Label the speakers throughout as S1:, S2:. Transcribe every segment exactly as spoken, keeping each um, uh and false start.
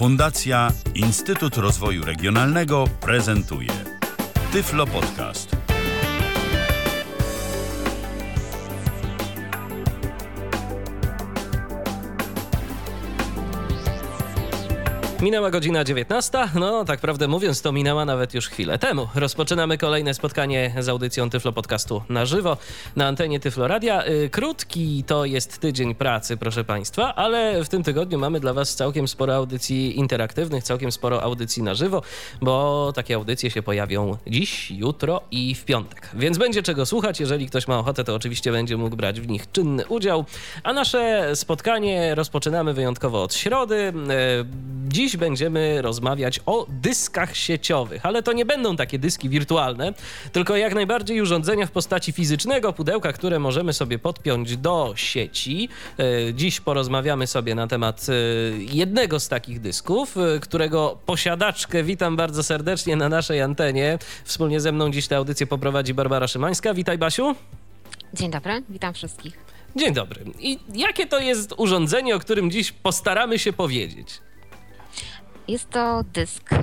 S1: Fundacja Instytut Rozwoju Regionalnego prezentuje Tyflo Podcast.
S2: Minęła godzina dziewiętnasta, no tak prawdę mówiąc to minęła nawet już chwilę temu. Rozpoczynamy kolejne spotkanie z audycją Tyflo Podcastu na żywo na antenie Tyflo Radia. Krótki to jest tydzień pracy, proszę Państwa, ale w tym tygodniu mamy dla Was całkiem sporo audycji interaktywnych, całkiem sporo audycji na żywo, bo takie audycje się pojawią dziś, jutro i w piątek. Więc będzie czego słuchać, jeżeli ktoś ma ochotę, to oczywiście będzie mógł brać w nich czynny udział. A nasze spotkanie rozpoczynamy wyjątkowo od środy. Dziś będziemy rozmawiać o dyskach sieciowych, ale to nie będą takie dyski wirtualne, tylko jak najbardziej urządzenia w postaci fizycznego pudełka, które możemy sobie podpiąć do sieci. Dziś porozmawiamy sobie na temat jednego z takich dysków, którego posiadaczkę witam bardzo serdecznie na naszej antenie. Wspólnie ze mną dziś tę audycję poprowadzi Barbara Szymańska. Witaj, Basiu.
S3: Dzień dobry, witam wszystkich.
S2: Dzień dobry. I jakie to jest urządzenie, o którym dziś postaramy się powiedzieć?
S3: Jest to dysk y,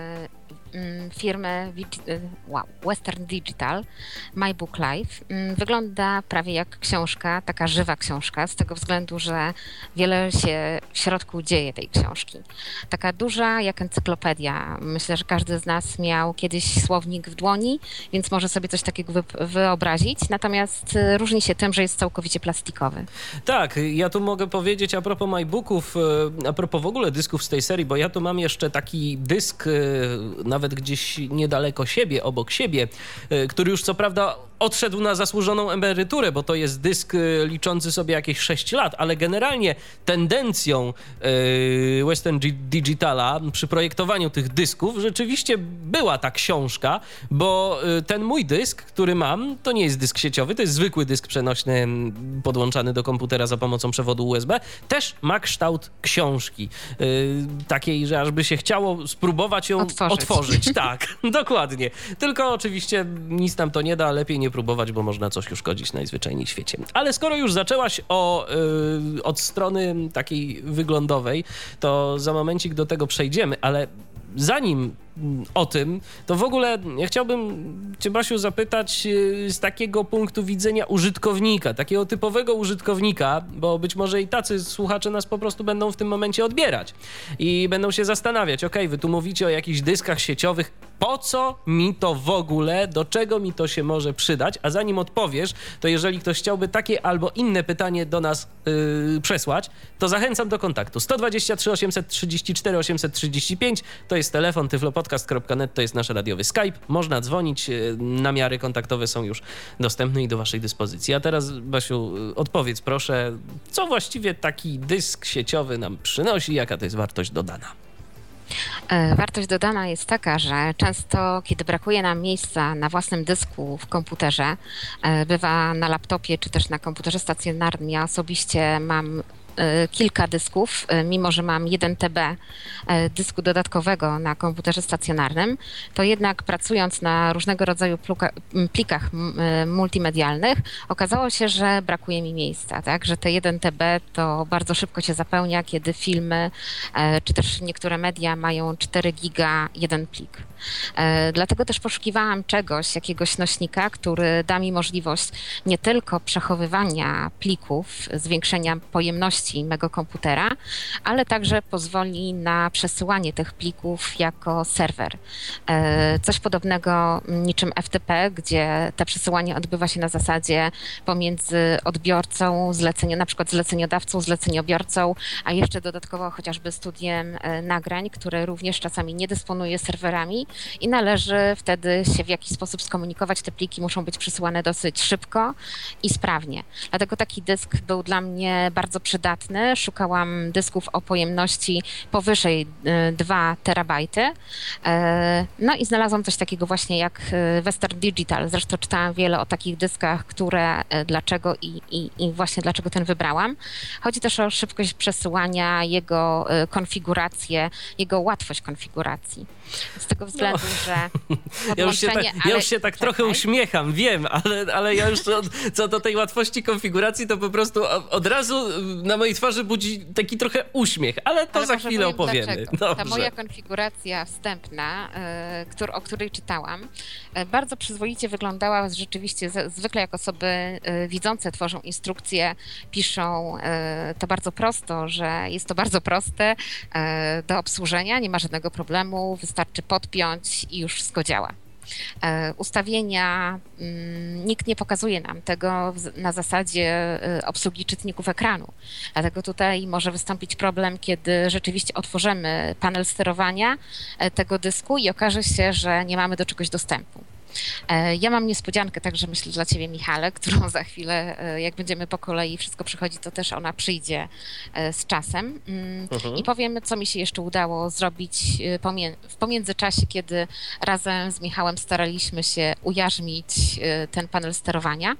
S3: y, firmy y, wow, Western Digital, My Book Life. Y, wygląda prawie jak książka, taka żywa książka, z tego względu, że wiele się w środku dzieje tej książki. Taka duża jak encyklopedia. Myślę, że każdy z nas miał kiedyś słownik w dłoni, więc może sobie coś takiego wy, wyobrazić. Natomiast y, różni się tym, że jest całkowicie plastikowy.
S2: Tak, ja tu mogę powiedzieć a propos MyBooków, a propos w ogóle dysków z tej serii, bo ja tu mam jeszcze taki dysk nawet gdzieś niedaleko siebie, obok siebie, który już co prawda odszedł na zasłużoną emeryturę, bo to jest dysk liczący sobie jakieś sześć lat, ale generalnie tendencją Western Digitala przy projektowaniu tych dysków rzeczywiście była ta książka, bo ten mój dysk, który mam, to nie jest dysk sieciowy, to jest zwykły dysk przenośny podłączany do komputera za pomocą przewodu U S B, też ma kształt książki, takiej, że aż by się chciało spróbować ją otworzyć. otworzyć. Tak, dokładnie. Tylko oczywiście nic nam to nie da, lepiej nie próbować, bo można coś uszkodzić najzwyczajniej w świecie. Ale skoro już zaczęłaś o, yy, od strony takiej wyglądowej, to za momencik do tego przejdziemy, ale zanim o tym, to w ogóle ja chciałbym Cię, Basiu, zapytać z takiego punktu widzenia użytkownika, takiego typowego użytkownika, bo być może i tacy słuchacze nas po prostu będą w tym momencie odbierać i będą się zastanawiać, okej, okay, wy tu mówicie o jakichś dyskach sieciowych, po co mi to w ogóle, do czego mi to się może przydać, a zanim odpowiesz, to jeżeli ktoś chciałby takie albo inne pytanie do nas yy, przesłać, to zachęcam do kontaktu. sto dwadzieścia trzy osiemset trzydzieści cztery osiemset trzydzieści pięć to jest telefon, tyflopodcast kropka net to jest nasz radiowy Skype, można dzwonić, namiary kontaktowe są już dostępne i do waszej dyspozycji. A teraz, Basiu, odpowiedz proszę, co właściwie taki dysk sieciowy nam przynosi, jaka to jest wartość dodana?
S3: Wartość dodana jest taka, że często, kiedy brakuje nam miejsca na własnym dysku w komputerze, bywa na laptopie czy też na komputerze stacjonarnym, ja osobiście mam kilka dysków, mimo że mam jeden terabajt dysku dodatkowego na komputerze stacjonarnym, to jednak pracując na różnego rodzaju pluka, plikach multimedialnych, okazało się, że brakuje mi miejsca, tak? Że te jeden terabajt to bardzo szybko się zapełnia, kiedy filmy czy też niektóre media mają cztery giga jeden plik. Dlatego też poszukiwałam czegoś, jakiegoś nośnika, który da mi możliwość nie tylko przechowywania plików, zwiększenia pojemności mego komputera, ale także pozwoli na przesyłanie tych plików jako serwer. Coś podobnego niczym F T P, gdzie to przesyłanie odbywa się na zasadzie pomiędzy odbiorcą, zlecenia, na przykład zleceniodawcą, zleceniobiorcą, a jeszcze dodatkowo chociażby studiem nagrań, które również czasami nie dysponuje serwerami i należy wtedy się w jakiś sposób skomunikować. Te pliki muszą być przesyłane dosyć szybko i sprawnie. Dlatego taki dysk był dla mnie bardzo przydatny. Szukałam dysków o pojemności powyżej dwa terabajty. No i znalazłam coś takiego właśnie jak Western Digital. Zresztą czytałam wiele o takich dyskach, które, dlaczego i, i, i właśnie dlaczego ten wybrałam. Chodzi też o szybkość przesyłania, jego konfigurację, jego łatwość konfiguracji. Z tego względu, no. że
S2: ja już się tak, ja już się tak trochę uśmiecham, wiem, ale, ale ja już co, co do tej łatwości konfiguracji, to po prostu od razu na mojej twarzy budzi taki trochę uśmiech, ale to
S3: ale
S2: za chwilę opowiemy.
S3: Ta moja konfiguracja wstępna, y, któr, o której czytałam, y, bardzo przyzwoicie wyglądała. Rzeczywiście z, zwykle jak osoby y, widzące tworzą instrukcje, piszą y, to bardzo prosto, że jest to bardzo proste y, do obsłużenia, nie ma żadnego problemu, wystarczy podpiąć i już wszystko działa. Ustawienia, nikt nie pokazuje nam tego na zasadzie obsługi czytników ekranu. Dlatego tutaj może wystąpić problem, kiedy rzeczywiście otworzymy panel sterowania tego dysku i okaże się, że nie mamy do czegoś dostępu. Ja mam niespodziankę, także myślę dla Ciebie, Michale, którą za chwilę, jak będziemy po kolei, wszystko przychodzi, to też ona przyjdzie z czasem. Mhm. I powiem, co mi się jeszcze udało zrobić w pomiędzyczasie, kiedy razem z Michałem staraliśmy się ujarzmić ten panel sterowania.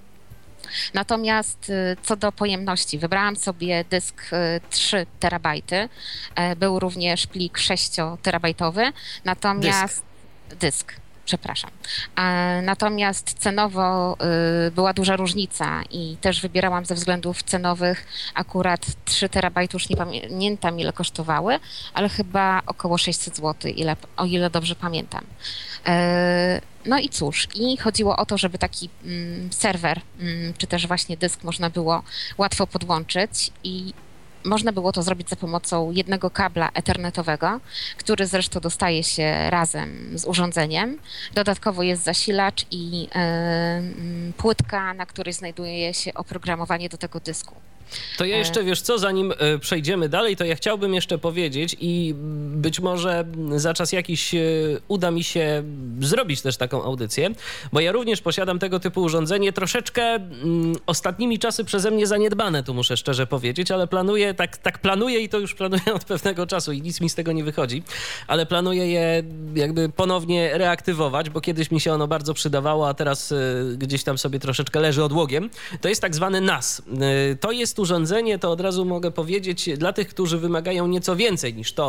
S3: Natomiast co do pojemności, wybrałam sobie dysk trzy terabajty, był również plik sześcioterabajtowy, natomiast dysk. dysk. Przepraszam. Natomiast cenowo była duża różnica i też wybierałam ze względów cenowych akurat trzy terabajty, już nie pamiętam ile kosztowały, ale chyba około sześćset złotych, ile, o ile dobrze pamiętam. No i cóż, i chodziło o to, żeby taki serwer, czy też właśnie dysk można było łatwo podłączyć i można było to zrobić za pomocą jednego kabla ethernetowego, który zresztą dostaje się razem z urządzeniem. Dodatkowo jest zasilacz i y, płytka, na której znajduje się oprogramowanie do tego dysku.
S2: To ja jeszcze, wiesz co, zanim przejdziemy dalej, to ja chciałbym jeszcze powiedzieć i być może za czas jakiś uda mi się zrobić też taką audycję, bo ja również posiadam tego typu urządzenie, troszeczkę mm, ostatnimi czasy przeze mnie zaniedbane, tu muszę szczerze powiedzieć, ale planuję, tak, tak planuję i to już planuję od pewnego czasu i nic mi z tego nie wychodzi, ale planuję je jakby ponownie reaktywować, bo kiedyś mi się ono bardzo przydawało, a teraz y, gdzieś tam sobie troszeczkę leży odłogiem. To jest tak zwany N A S. Y, to jest urządzenie, to od razu mogę powiedzieć, dla tych, którzy wymagają nieco więcej niż to,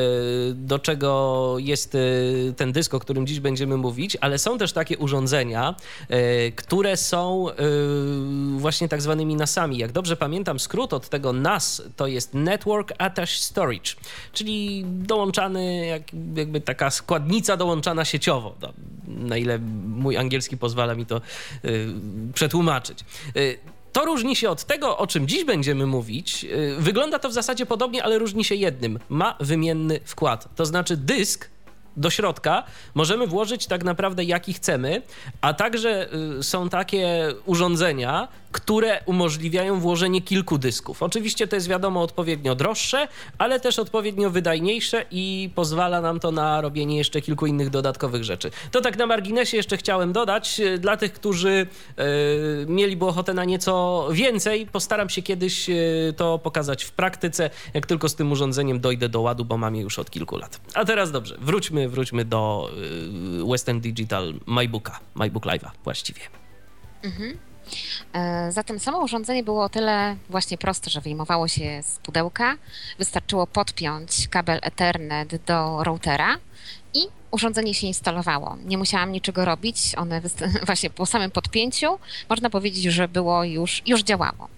S2: do czego jest ten dysk, o którym dziś będziemy mówić, ale są też takie urządzenia, które są właśnie tak zwanymi N A S-ami. Jak dobrze pamiętam, skrót od tego N A S to jest Network Attached Storage, czyli dołączany, jak, jakby taka składnica dołączana sieciowo, no, na ile mój angielski pozwala mi to przetłumaczyć. To różni się od tego, o czym dziś będziemy mówić. Wygląda to w zasadzie podobnie, ale różni się jednym. Ma wymienny wkład. To znaczy dysk do środka możemy włożyć tak naprawdę jaki chcemy, a także są takie urządzenia, które umożliwiają włożenie kilku dysków. Oczywiście to jest wiadomo odpowiednio droższe, ale też odpowiednio wydajniejsze i pozwala nam to na robienie jeszcze kilku innych dodatkowych rzeczy. To tak na marginesie jeszcze chciałem dodać, dla tych, którzy yy, mieliby ochotę na nieco więcej, postaram się kiedyś yy, to pokazać w praktyce, jak tylko z tym urządzeniem dojdę do ładu, bo mam je już od kilku lat. A teraz dobrze, wróćmy, wróćmy do yy, Western Digital MyBooka, MyBook Live'a właściwie. Mhm.
S3: Zatem samo urządzenie było o tyle właśnie proste, że wyjmowało się z pudełka, wystarczyło podpiąć kabel Ethernet do routera i urządzenie się instalowało. Nie musiałam niczego robić, one wyst- właśnie po samym podpięciu można powiedzieć, że było już, już działało.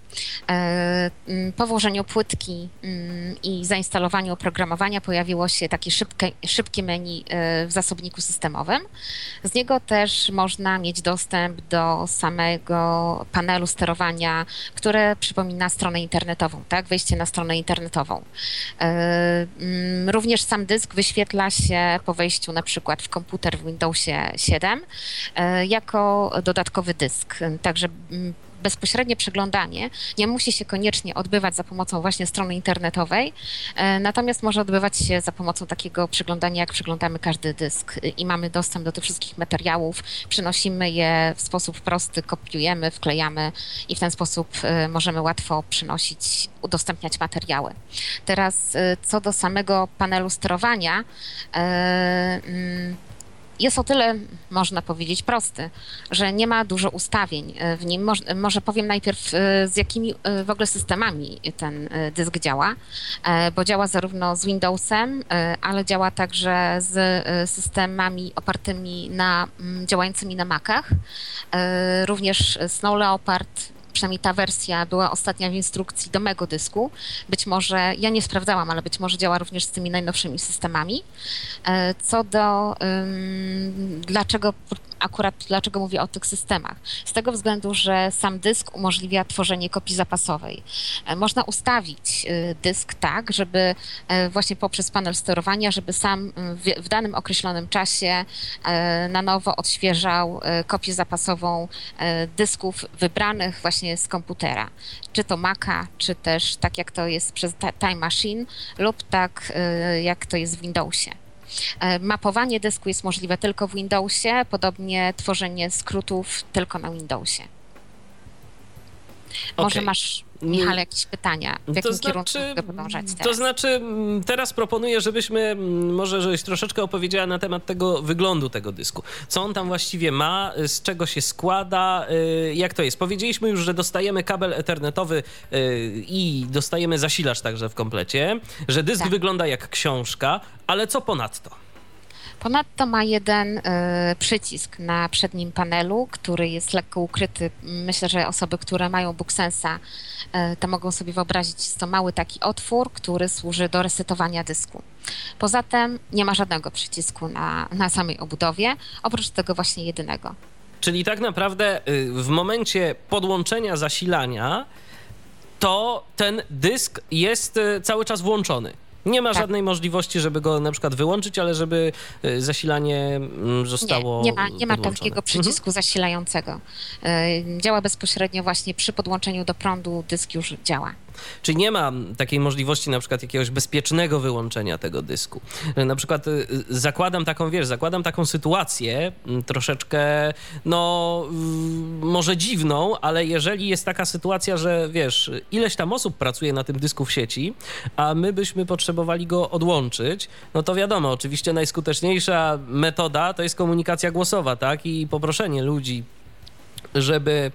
S3: Po włożeniu płytki i zainstalowaniu oprogramowania pojawiło się takie szybkie, szybkie menu w zasobniku systemowym. Z niego też można mieć dostęp do samego panelu sterowania, które przypomina stronę internetową, tak? Wejście na stronę internetową. Również sam dysk wyświetla się po wejściu na przykład w komputer w Windowsie siedem jako dodatkowy dysk. Także bezpośrednie przeglądanie nie musi się koniecznie odbywać za pomocą właśnie strony internetowej, natomiast może odbywać się za pomocą takiego przeglądania, jak przeglądamy każdy dysk i mamy dostęp do tych wszystkich materiałów, przynosimy je w sposób prosty, kopiujemy, wklejamy i w ten sposób możemy łatwo przynosić, udostępniać materiały. Teraz co do samego panelu sterowania, jest o tyle, można powiedzieć, prosty, że nie ma dużo ustawień w nim. Może, może powiem najpierw, z jakimi w ogóle systemami ten dysk działa, bo działa zarówno z Windowsem, ale działa także z systemami opartymi na, działającymi na Macach, również Snow Leopard, przynajmniej ta wersja była ostatnia w instrukcji do mego dysku. Być może, ja nie sprawdzałam, ale być może działa również z tymi najnowszymi systemami. Co do um, dlaczego akurat dlaczego mówię o tych systemach? Z tego względu, że sam dysk umożliwia tworzenie kopii zapasowej. Można ustawić dysk tak, żeby właśnie poprzez panel sterowania, żeby sam w, w danym określonym czasie na nowo odświeżał kopię zapasową dysków wybranych właśnie z komputera. Czy to Maca, czy też tak jak to jest przez Time Machine lub tak jak to jest w Windowsie. Mapowanie dysku jest możliwe tylko w Windowsie, podobnie tworzenie skrótów tylko na Windowsie. Może
S2: Okay.
S3: masz, Michał, jakieś pytania? W jakim
S2: to znaczy,
S3: kierunku mogę podążać teraz?
S2: To znaczy, teraz proponuję, żebyśmy, może żebyś troszeczkę opowiedziała na temat tego wyglądu tego dysku. Co on tam właściwie ma, z czego się składa, jak to jest? Powiedzieliśmy już, że dostajemy kabel ethernetowy i dostajemy zasilacz także w komplecie, że dysk
S3: tak.
S2: wygląda jak książka, ale co ponadto?
S3: Ponadto ma jeden y, przycisk na przednim panelu, który jest lekko ukryty. Myślę, że osoby, które mają BookSense'a, y, to mogą sobie wyobrazić, jest to mały taki otwór, który służy do resetowania dysku. Poza tym nie ma żadnego przycisku na, na samej obudowie, oprócz tego właśnie jedynego.
S2: Czyli tak naprawdę y, w momencie podłączenia zasilania to ten dysk jest y, cały czas włączony. Nie ma tak. żadnej możliwości, żeby go na przykład wyłączyć, ale żeby zasilanie zostało
S3: Nie, nie ma, nie ma
S2: podłączone.
S3: takiego przycisku mhm. zasilającego. Działa bezpośrednio właśnie przy podłączeniu do prądu, dysk już działa.
S2: Czyli nie ma takiej możliwości na przykład jakiegoś bezpiecznego wyłączenia tego dysku. Na przykład zakładam taką, wiesz, zakładam taką sytuację troszeczkę, no może dziwną, ale jeżeli jest taka sytuacja, że wiesz, ileś tam osób pracuje na tym dysku w sieci, a my byśmy potrzebowali go odłączyć, no to wiadomo, oczywiście najskuteczniejsza metoda to jest komunikacja głosowa, tak? I poproszenie ludzi, żeby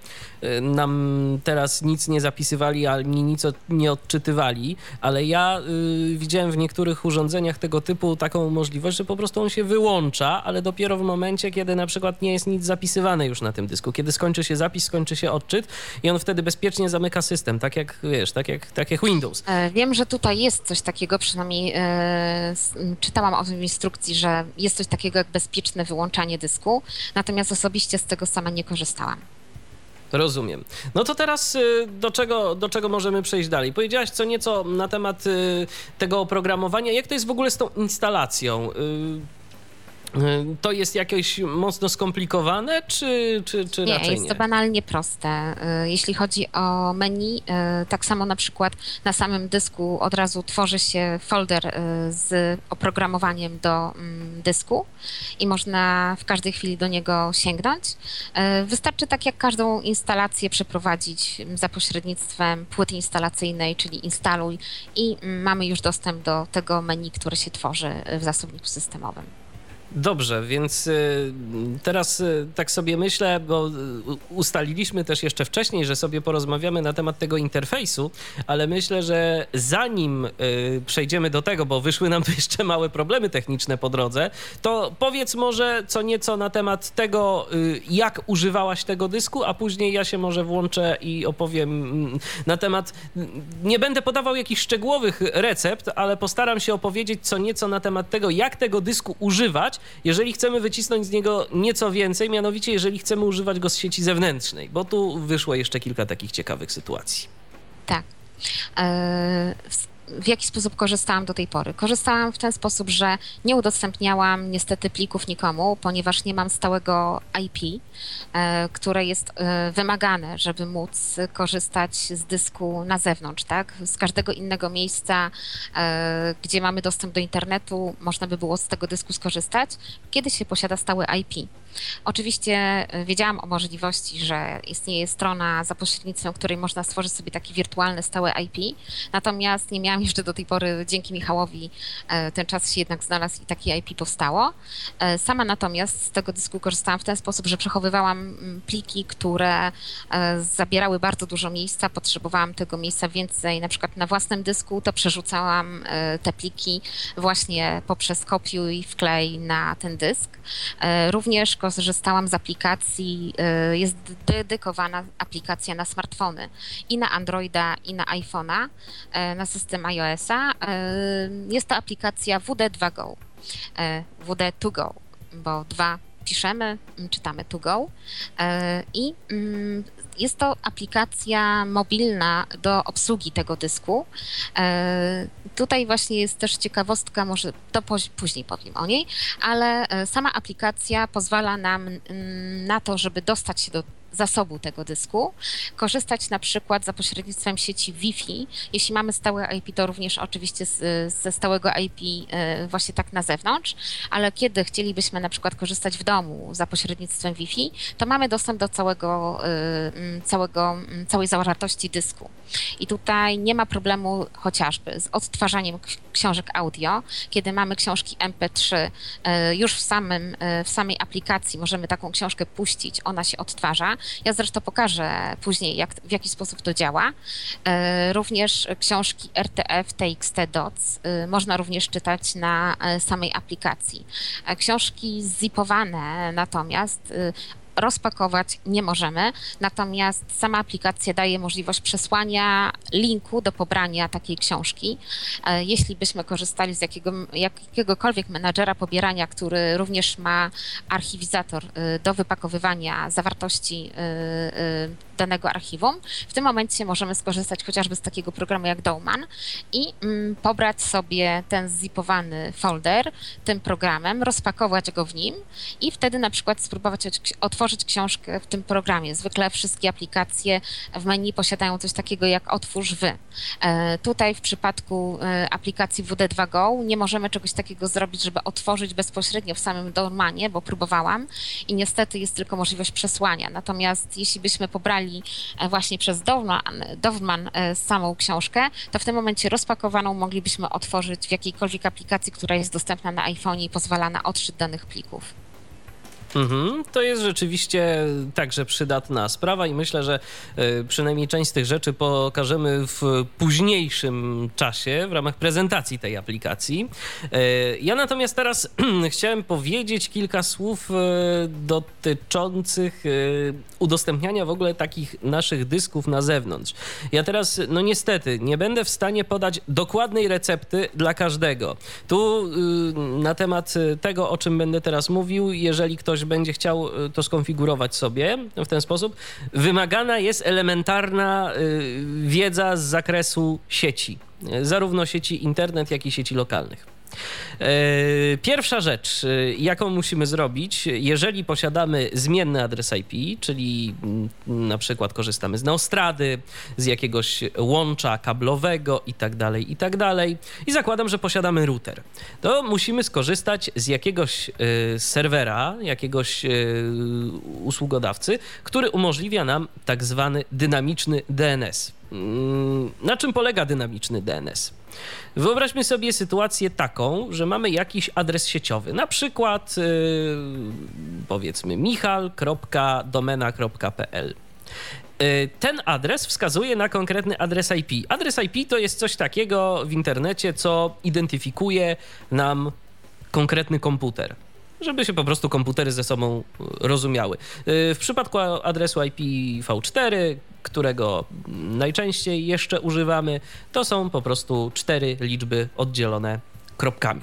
S2: nam teraz nic nie zapisywali, ani nic nie odczytywali, ale ja y, widziałem w niektórych urządzeniach tego typu taką możliwość, że po prostu on się wyłącza, ale dopiero w momencie, kiedy na przykład nie jest nic zapisywane już na tym dysku. Kiedy skończy się zapis, skończy się odczyt i on wtedy bezpiecznie zamyka system, tak jak, wiesz, tak jak, tak jak Windows.
S3: Wiem, że tutaj jest coś takiego, przynajmniej e, czytałam o tym w instrukcji, że jest coś takiego jak bezpieczne wyłączanie dysku, natomiast osobiście z tego sama nie korzystałam.
S2: Rozumiem. No to teraz do czego, do czego możemy przejść dalej? Powiedziałaś co nieco na temat tego oprogramowania. Jak to jest w ogóle z tą instalacją? To jest jakieś mocno skomplikowane, czy, czy, czy
S3: nie,
S2: raczej nie?
S3: Jest to banalnie proste. Jeśli chodzi o menu, tak samo na przykład na samym dysku od razu tworzy się folder z oprogramowaniem do dysku i można w każdej chwili do niego sięgnąć. Wystarczy tak jak każdą instalację przeprowadzić za pośrednictwem płyty instalacyjnej, czyli instaluj i mamy już dostęp do tego menu, które się tworzy w zasobniku systemowym.
S2: Dobrze, więc teraz tak sobie myślę, bo ustaliliśmy też jeszcze wcześniej, że sobie porozmawiamy na temat tego interfejsu, ale myślę, że zanim przejdziemy do tego, bo wyszły nam tu jeszcze małe problemy techniczne po drodze, to powiedz może co nieco na temat tego, jak używałaś tego dysku, a później ja się może włączę i opowiem na temat, nie będę podawał jakichś szczegółowych recept, ale postaram się opowiedzieć co nieco na temat tego, jak tego dysku używać, jeżeli chcemy wycisnąć z niego nieco więcej, mianowicie jeżeli chcemy używać go z sieci zewnętrznej, bo tu wyszło jeszcze kilka takich ciekawych sytuacji.
S3: Tak. E- W jaki sposób korzystałam do tej pory? Korzystałam w ten sposób, że nie udostępniałam niestety plików nikomu, ponieważ nie mam stałego I P, e, które jest e, wymagane, żeby móc korzystać z dysku na zewnątrz, tak? Z każdego innego miejsca, e, gdzie mamy dostęp do internetu, można by było z tego dysku skorzystać, kiedy się posiada stały I P. Oczywiście wiedziałam o możliwości, że istnieje strona, za pośrednictwem której można stworzyć sobie taki wirtualny stałe I P, natomiast nie miałam jeszcze do tej pory, dzięki Michałowi, ten czas się jednak znalazł i takie I P powstało. Sama natomiast z tego dysku korzystałam w ten sposób, że przechowywałam pliki, które zabierały bardzo dużo miejsca, potrzebowałam tego miejsca więcej, na przykład na własnym dysku, to przerzucałam te pliki właśnie poprzez kopiuj i wklej na ten dysk. Również korzystałam z aplikacji, jest dedykowana aplikacja na smartfony i na Androida, i na iPhone'a, na system iOS-a. Jest to aplikacja W D dwa Go, W D to Go, bo dwa piszemy, czytamy to go i jest to aplikacja mobilna do obsługi tego dysku. Tutaj właśnie jest też ciekawostka, może to później powiem o niej, ale sama aplikacja pozwala nam na to, żeby dostać się do zasobu tego dysku, korzystać na przykład za pośrednictwem sieci Wi-Fi. Jeśli mamy stałe I P, to również oczywiście z, ze stałego I P właśnie tak na zewnątrz, ale kiedy chcielibyśmy na przykład korzystać w domu za pośrednictwem Wi-Fi, to mamy dostęp do całego, całego, całej zawartości dysku. I tutaj nie ma problemu chociażby z odtwarzaniem książek audio. Kiedy mamy książki M P trzy, już w, samym, w samej aplikacji możemy taką książkę puścić, ona się odtwarza. Ja zresztą pokażę później, jak, w jaki sposób to działa. Również książki R T F, T X T, D O C można również czytać na samej aplikacji. Książki zipowane natomiast rozpakować nie możemy, natomiast sama aplikacja daje możliwość przesłania linku do pobrania takiej książki. Jeśli byśmy korzystali z jakiego, jakiegokolwiek menadżera pobierania, który również ma archiwizator do wypakowywania zawartości danego archiwum, w tym momencie możemy skorzystać chociażby z takiego programu jak Dowman i pobrać sobie ten zipowany folder tym programem, rozpakować go w nim i wtedy na przykład spróbować otworzyć książkę w tym programie. Zwykle wszystkie aplikacje w menu posiadają coś takiego jak otwórz wy. Tutaj w przypadku aplikacji W D dwa Go nie możemy czegoś takiego zrobić, żeby otworzyć bezpośrednio w samym Dowmanie, bo próbowałam i niestety jest tylko możliwość przesłania. Natomiast jeśli byśmy pobrali właśnie przez Dowman, Dowman samą książkę, to w tym momencie rozpakowaną moglibyśmy otworzyć w jakiejkolwiek aplikacji, która jest dostępna na iPhone i pozwala na odczyt danych plików.
S2: Mhm, to jest rzeczywiście także przydatna sprawa i myślę, że y, przynajmniej część z tych rzeczy pokażemy w późniejszym czasie w ramach prezentacji tej aplikacji. Y, ja natomiast teraz chciałem powiedzieć kilka słów y, dotyczących y, udostępniania w ogóle takich naszych dysków na zewnątrz. Ja teraz, no niestety, nie będę w stanie podać dokładnej recepty dla każdego. Tu y, na temat tego, o czym będę teraz mówił, jeżeli ktoś będzie chciał to skonfigurować sobie w ten sposób, wymagana jest elementarna wiedza z zakresu sieci, zarówno sieci internet, jak i sieci lokalnych. Pierwsza rzecz, jaką musimy zrobić, jeżeli posiadamy zmienny adres I P, czyli na przykład korzystamy z Neostrady, z jakiegoś łącza kablowego i tak dalej, i tak dalej, i zakładam, że posiadamy router, to musimy skorzystać z jakiegoś serwera, jakiegoś usługodawcy, który umożliwia nam tak zwany dynamiczny D N S. Na czym polega dynamiczny D N S? Wyobraźmy sobie sytuację taką, że mamy jakiś adres sieciowy, na przykład yy, powiedzmy michal kropka domena kropka p l. Yy, ten adres wskazuje na konkretny adres I P. Adres I P to jest coś takiego w internecie, co identyfikuje nam konkretny komputer, żeby się po prostu komputery ze sobą rozumiały. W przypadku adresu I P v cztery, którego najczęściej jeszcze używamy, to są po prostu cztery liczby oddzielone kropkami.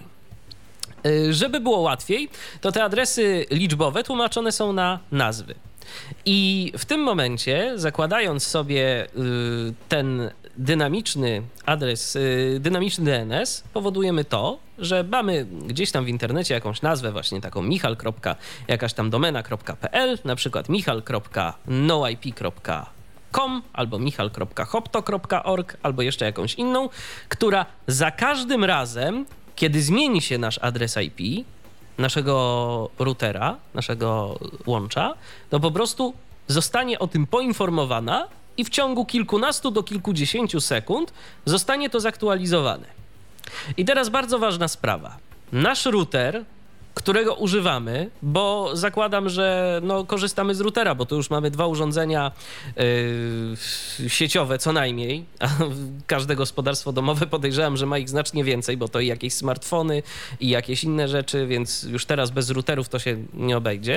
S2: Żeby było łatwiej, to te adresy liczbowe tłumaczone są na nazwy. I w tym momencie, zakładając sobie ten dynamiczny adres, dynamiczny D N S, powodujemy to, że mamy gdzieś tam w internecie jakąś nazwę właśnie taką michal. jakaś tam domena kropka p l, na przykład michal kropka noip kropka com albo michal kropka hopto kropka org albo jeszcze jakąś inną, która za każdym razem, kiedy zmieni się nasz adres I P, naszego routera, naszego łącza, to po prostu zostanie o tym poinformowana i w ciągu kilkunastu do kilkudziesięciu sekund zostanie to zaktualizowane. I teraz bardzo ważna sprawa. Nasz router, którego używamy, bo zakładam, że no, korzystamy z routera, bo tu już mamy dwa urządzenia yy, sieciowe co najmniej, a każde gospodarstwo domowe podejrzewam, że ma ich znacznie więcej, bo to i jakieś smartfony i jakieś inne rzeczy, więc już teraz bez routerów to się nie obejdzie.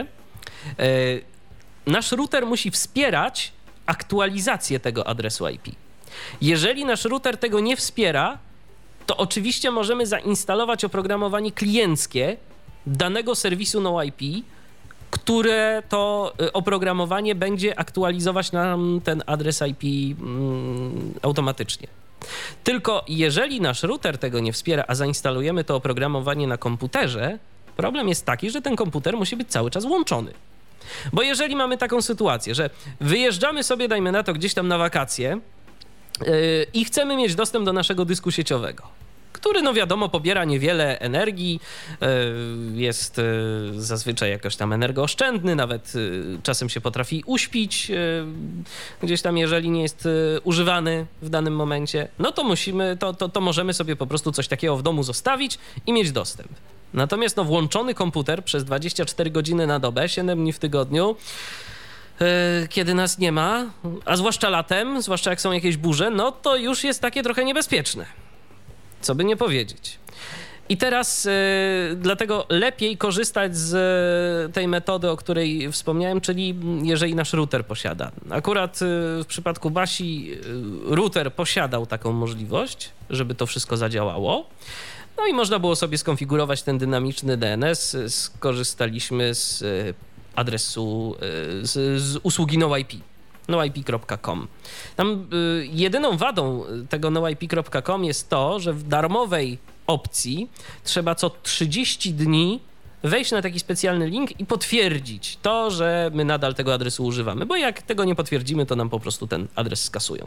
S2: nasz router musi wspierać aktualizację tego adresu I P. Jeżeli nasz router tego nie wspiera, to oczywiście możemy zainstalować oprogramowanie klienckie danego serwisu No I P, które to oprogramowanie będzie aktualizować nam ten adres I P mm, automatycznie. Tylko jeżeli nasz router tego nie wspiera, a zainstalujemy to oprogramowanie na komputerze, problem jest taki, że ten komputer musi być cały czas włączony. Bo jeżeli mamy taką sytuację, że wyjeżdżamy sobie, dajmy na to, gdzieś tam na wakacje yy, i chcemy mieć dostęp do naszego dysku sieciowego, który, no wiadomo, pobiera niewiele energii, jest zazwyczaj jakoś tam energooszczędny, nawet czasem się potrafi uśpić gdzieś tam, jeżeli nie jest używany w danym momencie, no to musimy, to, to, to możemy sobie po prostu coś takiego w domu zostawić i mieć dostęp. Natomiast no, włączony komputer przez dwadzieścia cztery godziny na dobę, siedem dni w tygodniu, kiedy nas nie ma, a zwłaszcza latem, zwłaszcza jak są jakieś burze, no to już jest takie trochę niebezpieczne. Co by nie powiedzieć. I teraz y, dlatego lepiej korzystać z y, tej metody, o której wspomniałem, czyli jeżeli nasz router posiada. Akurat y, w przypadku Basi y, router posiadał taką możliwość, żeby to wszystko zadziałało. No i można było sobie skonfigurować ten dynamiczny D N S. Skorzystaliśmy z y, adresu, y, z, z usługi No I P. no I P kropka com. Tam y, jedyną wadą tego no I P kropka com jest to, że w darmowej opcji trzeba co trzydzieści dni wejść na taki specjalny link i potwierdzić to, że my nadal tego adresu używamy, bo jak tego nie potwierdzimy, to nam po prostu ten adres skasują.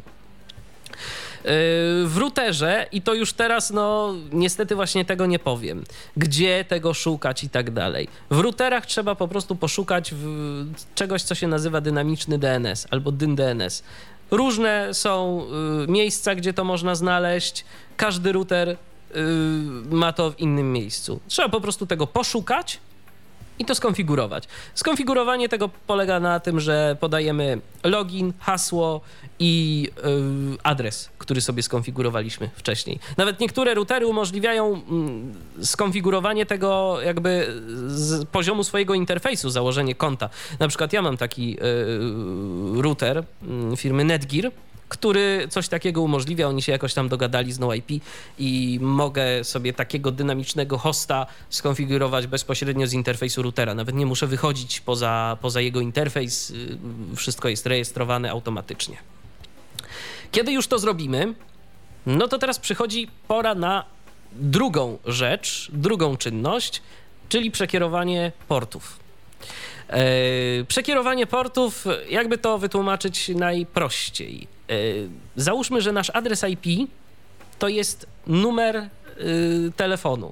S2: W routerze, i to już teraz, no niestety właśnie tego nie powiem, gdzie tego szukać i tak dalej. W routerach trzeba po prostu poszukać w czegoś, co się nazywa dynamiczny D N S albo dyn D N S. Różne są y, miejsca, gdzie to można znaleźć. Każdy router y, ma to w innym miejscu. Trzeba po prostu tego poszukać i to skonfigurować. Skonfigurowanie tego polega na tym, że podajemy login, hasło i yy, adres, który sobie skonfigurowaliśmy wcześniej. Nawet niektóre routery umożliwiają mm, skonfigurowanie tego jakby z poziomu swojego interfejsu, założenie konta. Na przykład ja mam taki yy, router yy, firmy Netgear, który coś takiego umożliwia. Oni się jakoś tam dogadali z No I P i mogę sobie takiego dynamicznego hosta skonfigurować bezpośrednio z interfejsu routera. Nawet nie muszę wychodzić poza, poza jego interfejs. Wszystko jest rejestrowane automatycznie. Kiedy już to zrobimy, no to teraz przychodzi pora na drugą rzecz, drugą czynność, czyli przekierowanie portów. Yy, przekierowanie portów, jakby to wytłumaczyć najprościej. Yy, załóżmy, że nasz adres I P to jest numer yy, telefonu,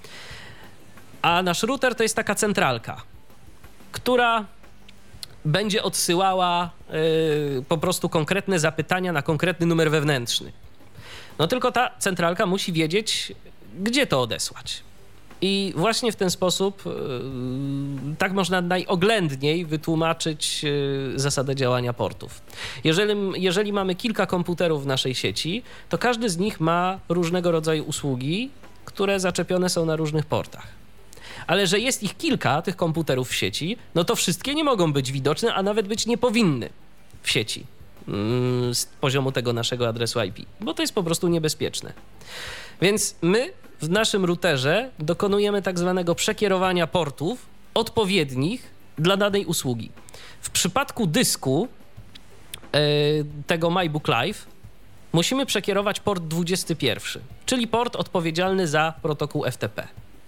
S2: a nasz router to jest taka centralka, która będzie odsyłała yy, po prostu konkretne zapytania na konkretny numer wewnętrzny. No tylko ta centralka musi wiedzieć, gdzie to odesłać. I właśnie w ten sposób yy, tak można najoględniej wytłumaczyć yy, zasadę działania portów. Jeżeli, jeżeli mamy kilka komputerów w naszej sieci, to każdy z nich ma różnego rodzaju usługi, które zaczepione są na różnych portach. Ale że jest ich kilka, tych komputerów w sieci, no to wszystkie nie mogą być widoczne, a nawet być nie powinny w sieci yy, z poziomu tego naszego adresu I P, bo to jest po prostu niebezpieczne. Więc my w naszym routerze dokonujemy tak zwanego przekierowania portów odpowiednich dla danej usługi. W przypadku dysku yy, tego MyBook Live musimy przekierować port dwudziesty pierwszy, czyli port odpowiedzialny za protokół F T P.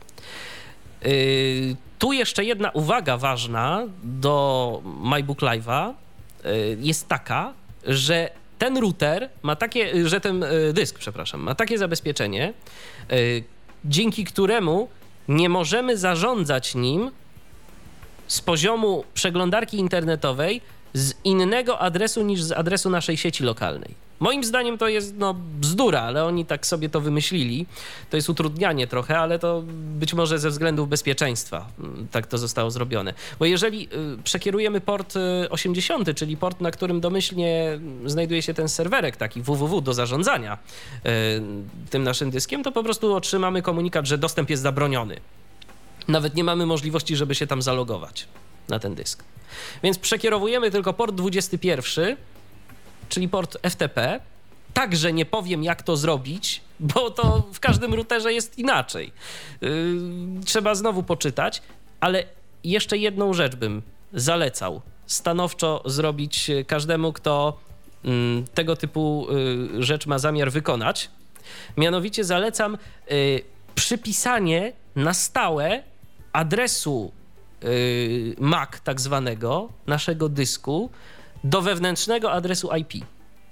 S2: Yy, tu jeszcze jedna uwaga ważna do MyBook Live'a yy, jest taka, że ten router ma takie, że ten dysk, przepraszam, ma takie zabezpieczenie, yy, dzięki któremu nie możemy zarządzać nim z poziomu przeglądarki internetowej z innego adresu niż z adresu naszej sieci lokalnej. Moim zdaniem to jest no, bzdura, ale oni tak sobie to wymyślili. To jest utrudnianie trochę, ale to być może ze względów bezpieczeństwa tak to zostało zrobione. Bo jeżeli y, przekierujemy port y, osiemdziesiąty, czyli port, na którym domyślnie znajduje się ten serwerek taki www do zarządzania y, tym naszym dyskiem, to po prostu otrzymamy komunikat, że dostęp jest zabroniony. Nawet nie mamy możliwości, żeby się tam zalogować. na ten dysk. Więc przekierowujemy tylko port dwudziesty pierwszy, czyli port F T P. Także nie powiem, jak to zrobić, bo to w każdym routerze jest inaczej. Yy, trzeba znowu poczytać, ale jeszcze jedną rzecz bym zalecał stanowczo zrobić każdemu, kto yy, tego typu yy, rzecz ma zamiar wykonać. Mianowicie zalecam yy, przypisanie na stałe adresu yy, M A C tak zwanego, naszego dysku, do wewnętrznego adresu I P.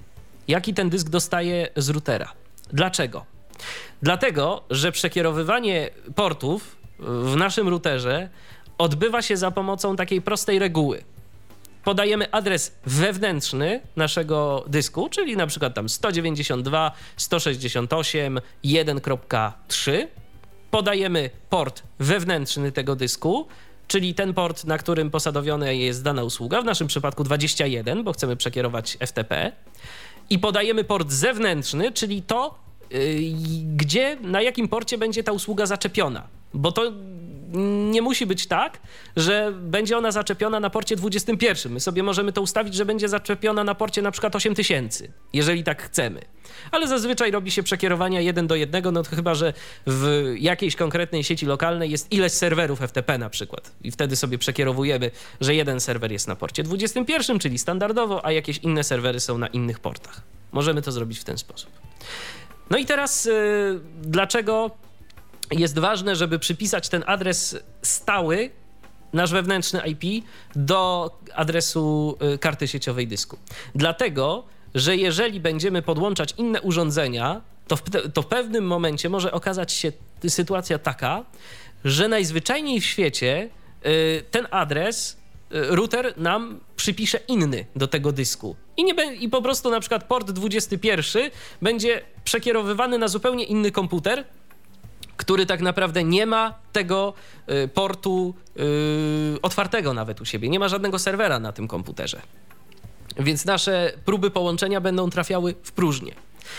S2: Jaki ten dysk dostaje z routera. Dlaczego? Dlatego, że przekierowywanie portów w naszym routerze odbywa się za pomocą takiej prostej reguły. Podajemy adres wewnętrzny naszego dysku, czyli na przykład tam sto dziewięćdziesiąt dwa kropka sto sześćdziesiąt osiem kropka jeden kropka trzy. Podajemy port wewnętrzny tego dysku, czyli ten port, na którym posadowiona jest dana usługa, w naszym przypadku dwadzieścia jeden, bo chcemy przekierować F T P. I podajemy port zewnętrzny, czyli to, yy, gdzie, na jakim porcie będzie ta usługa zaczepiona. Bo to nie musi być tak, że będzie ona zaczepiona na porcie dwudziestym pierwszym. My sobie możemy to ustawić, że będzie zaczepiona na porcie na przykład osiem tysięcy, jeżeli tak chcemy. Ale zazwyczaj robi się przekierowania jeden do jednego, no to chyba, że w jakiejś konkretnej sieci lokalnej jest ileś serwerów F T P na przykład. I wtedy sobie przekierowujemy, że jeden serwer jest na porcie dwudziestym pierwszym, czyli standardowo, a jakieś inne serwery są na innych portach. Możemy to zrobić w ten sposób. No i teraz yy, dlaczego jest ważne, żeby przypisać ten adres stały, nasz wewnętrzny I P, do adresu karty sieciowej dysku? Dlatego, że jeżeli będziemy podłączać inne urządzenia, to w, to w pewnym momencie może okazać się sytuacja taka, że najzwyczajniej w świecie y, ten adres y, router nam przypisze inny do tego dysku. I, nie be, I po prostu na przykład port dwudziesty pierwszy będzie przekierowywany na zupełnie inny komputer, który tak naprawdę nie ma tego y, portu y, otwartego nawet u siebie. Nie ma żadnego serwera na tym komputerze. Więc nasze próby połączenia będą trafiały w próżnię.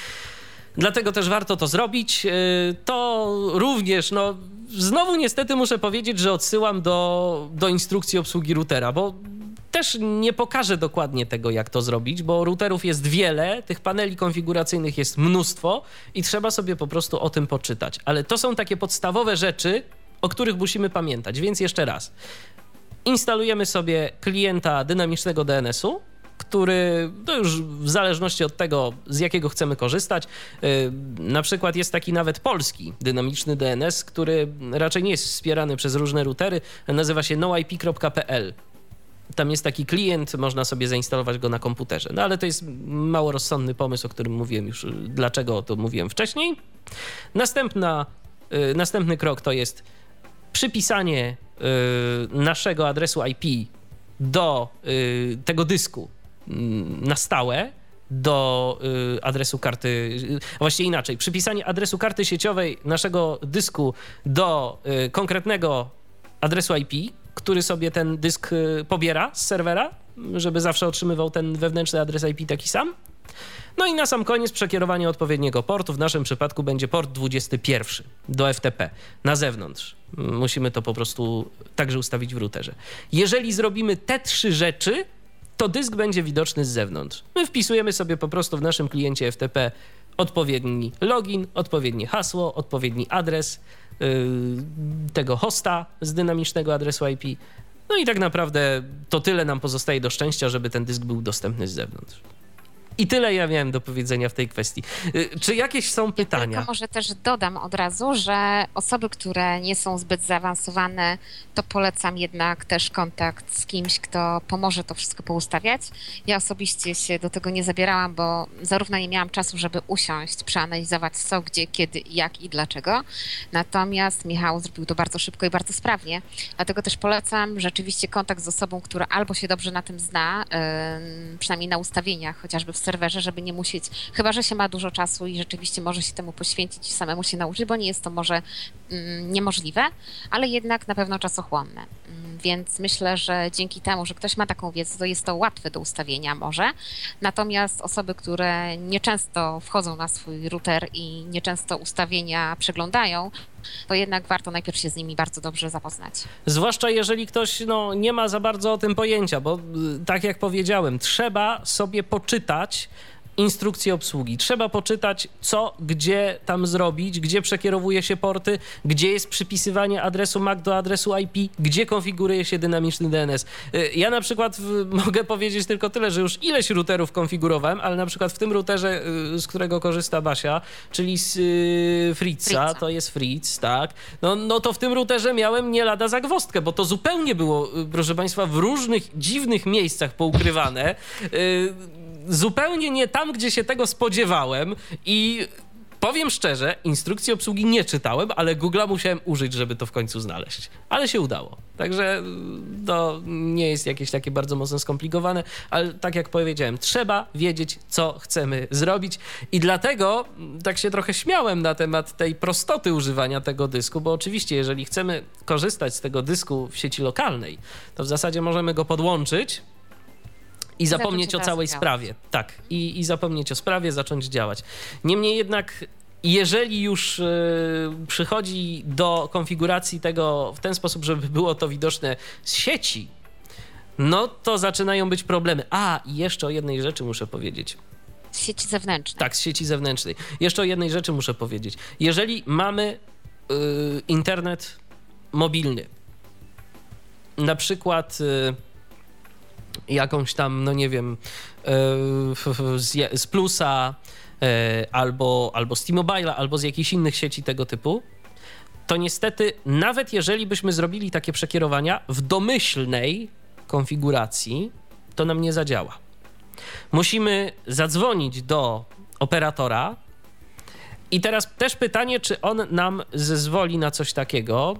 S2: Dlatego też warto to zrobić. Y, to również, no znowu niestety muszę powiedzieć, że odsyłam do, do instrukcji obsługi routera, bo też nie pokażę dokładnie tego, jak to zrobić, bo routerów jest wiele, tych paneli konfiguracyjnych jest mnóstwo i trzeba sobie po prostu o tym poczytać. Ale to są takie podstawowe rzeczy, o których musimy pamiętać. Więc jeszcze raz. Instalujemy sobie klienta dynamicznego D N S u, który to już w zależności od tego, z jakiego chcemy korzystać. Yy, na przykład jest taki nawet polski dynamiczny D N S, który raczej nie jest wspierany przez różne routery. Nazywa się no I P kropka p l. Tam jest taki klient, można sobie zainstalować go na komputerze. No ale to jest mało rozsądny pomysł, o którym mówiłem już, dlaczego to mówiłem wcześniej. Następna, yy, następny krok to jest przypisanie yy, naszego adresu I P do yy, tego dysku yy, na stałe, do yy, adresu karty, yy, właściwie inaczej, przypisanie adresu karty sieciowej naszego dysku do yy, konkretnego adresu I P, który sobie ten dysk pobiera z serwera, żeby zawsze otrzymywał ten wewnętrzny adres I P taki sam. No i na sam koniec przekierowanie odpowiedniego portu. W naszym przypadku będzie port dwudziesty pierwszy do F T P na zewnątrz. Musimy to po prostu także ustawić w routerze. Jeżeli zrobimy te trzy rzeczy, to dysk będzie widoczny z zewnątrz. My wpisujemy sobie po prostu w naszym kliencie F T P odpowiedni login, odpowiednie hasło, odpowiedni adres tego hosta z dynamicznego adresu I P. No i tak naprawdę to tyle nam pozostaje do szczęścia, żeby ten dysk był dostępny z zewnątrz. I tyle ja miałem do powiedzenia w tej kwestii. Czy jakieś są pytania?
S3: Ja tylko może też dodam od razu, że osoby, które nie są zbyt zaawansowane, to polecam jednak też kontakt z kimś, kto pomoże to wszystko poustawiać. Ja osobiście się do tego nie zabierałam, bo zarówno nie miałam czasu, żeby usiąść, przeanalizować co, gdzie, kiedy, jak i dlaczego. Natomiast Michał zrobił to bardzo szybko i bardzo sprawnie. Dlatego też polecam rzeczywiście kontakt z osobą, która albo się dobrze na tym zna, yy, przynajmniej na ustawieniach, chociażby w serwerze, żeby nie musieć, chyba że się ma dużo czasu i rzeczywiście może się temu poświęcić i samemu się nauczyć, bo nie jest to może mm, niemożliwe, ale jednak na pewno czasochłonne. więc myślę, że dzięki temu, że ktoś ma taką wiedzę, to jest to łatwe do ustawienia może. Natomiast osoby, które nieczęsto wchodzą na swój router i nieczęsto ustawienia przeglądają, to jednak warto najpierw się z nimi bardzo dobrze zapoznać.
S2: Zwłaszcza jeżeli ktoś no, nie ma za bardzo o tym pojęcia, bo tak jak powiedziałem, trzeba sobie poczytać instrukcję obsługi. Trzeba poczytać, co, gdzie tam zrobić, gdzie przekierowuje się porty, gdzie jest przypisywanie adresu M A C do adresu I P, gdzie konfiguruje się dynamiczny D N S. Ja na przykład w, mogę powiedzieć tylko tyle, że już ileś routerów konfigurowałem, ale na przykład w tym routerze, z którego korzysta Basia, czyli z y, Fritza, Fritza, to jest Fritz, tak, no, no to w tym routerze miałem nie lada zagwozdkę, bo to zupełnie było, proszę Państwa, w różnych dziwnych miejscach poukrywane, y, zupełnie nie tam, gdzie się tego spodziewałem i powiem szczerze, instrukcji obsługi nie czytałem, ale Google'a musiałem użyć, żeby to w końcu znaleźć. Ale się udało. Także to nie jest jakieś takie bardzo mocno skomplikowane, ale tak jak powiedziałem, trzeba wiedzieć, co chcemy zrobić i dlatego tak się trochę śmiałem na temat tej prostoty używania tego dysku, bo oczywiście jeżeli chcemy korzystać z tego dysku w sieci lokalnej, to w zasadzie możemy go podłączyć i zapomnieć o całej sprawie. Tak, i, i zapomnieć o sprawie, zacząć działać. Niemniej jednak, jeżeli już y, przychodzi do konfiguracji tego w ten sposób, żeby było to widoczne z sieci, no to zaczynają być problemy. A, i jeszcze o jednej rzeczy muszę powiedzieć.
S3: Z sieci zewnętrznej.
S2: Tak, z sieci zewnętrznej. Jeszcze o jednej rzeczy muszę powiedzieć. Jeżeli mamy y, internet mobilny, na przykład... Y, jakąś tam, no nie wiem, z, z Plusa albo, albo z T-Mobile'a, albo z jakichś innych sieci tego typu, to niestety nawet jeżeli byśmy zrobili takie przekierowania w domyślnej konfiguracji, to nam nie zadziała. Musimy zadzwonić do operatora i teraz też pytanie, czy on nam zezwoli na coś takiego.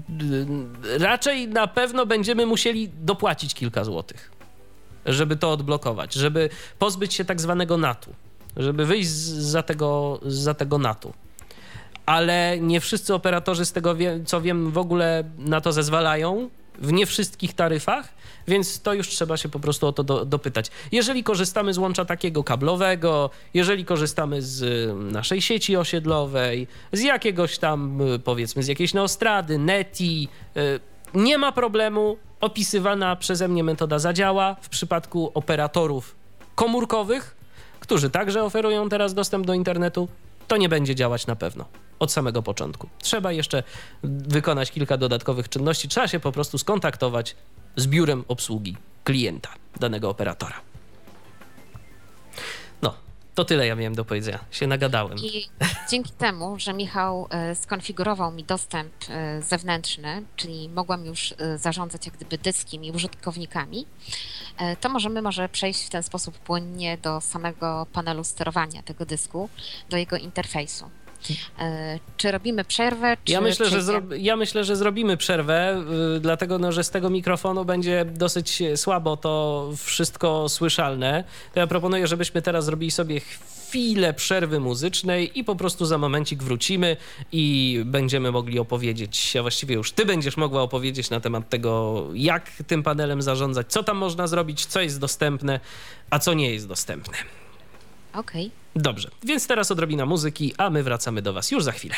S2: Raczej na pewno będziemy musieli dopłacić kilka złotych, żeby to odblokować, żeby pozbyć się tak zwanego natu, żeby wyjść za tego, za tego natu. Ale nie wszyscy operatorzy, z tego co wiem, w ogóle na to zezwalają, w nie wszystkich taryfach, więc to już trzeba się po prostu o to do, dopytać. Jeżeli korzystamy z łącza takiego kablowego, jeżeli korzystamy z naszej sieci osiedlowej, z jakiegoś tam, powiedzmy, z jakiejś Neostrady, Neti, nie ma problemu. Opisywana przeze mnie metoda zadziała w przypadku operatorów komórkowych, którzy także oferują teraz dostęp do internetu. To nie będzie działać na pewno od samego początku. Trzeba jeszcze wykonać kilka dodatkowych czynności. Trzeba się po prostu skontaktować z biurem obsługi klienta danego operatora. No, to tyle ja miałem do powiedzenia. Się nagadałem.
S3: I dzięki temu, że Michał skonfigurował mi dostęp zewnętrzny, czyli mogłam już zarządzać jak gdyby dyskiem i użytkownikami, to możemy może przejść w ten sposób płynnie do samego panelu sterowania tego dysku, do jego interfejsu. Czy robimy przerwę? Czy
S2: ja, myślę, że zro... ja myślę, że zrobimy przerwę, yy, dlatego no, że z tego mikrofonu będzie dosyć słabo to wszystko słyszalne. To ja proponuję, żebyśmy teraz zrobili sobie chwilę przerwy muzycznej i po prostu za momencik wrócimy i będziemy mogli opowiedzieć, a właściwie już ty będziesz mogła opowiedzieć na temat tego, jak tym panelem zarządzać, co tam można zrobić, co jest dostępne, a co nie jest dostępne.
S3: Okej. Okay.
S2: Dobrze, więc teraz odrobina muzyki, a my wracamy do was już za chwilę.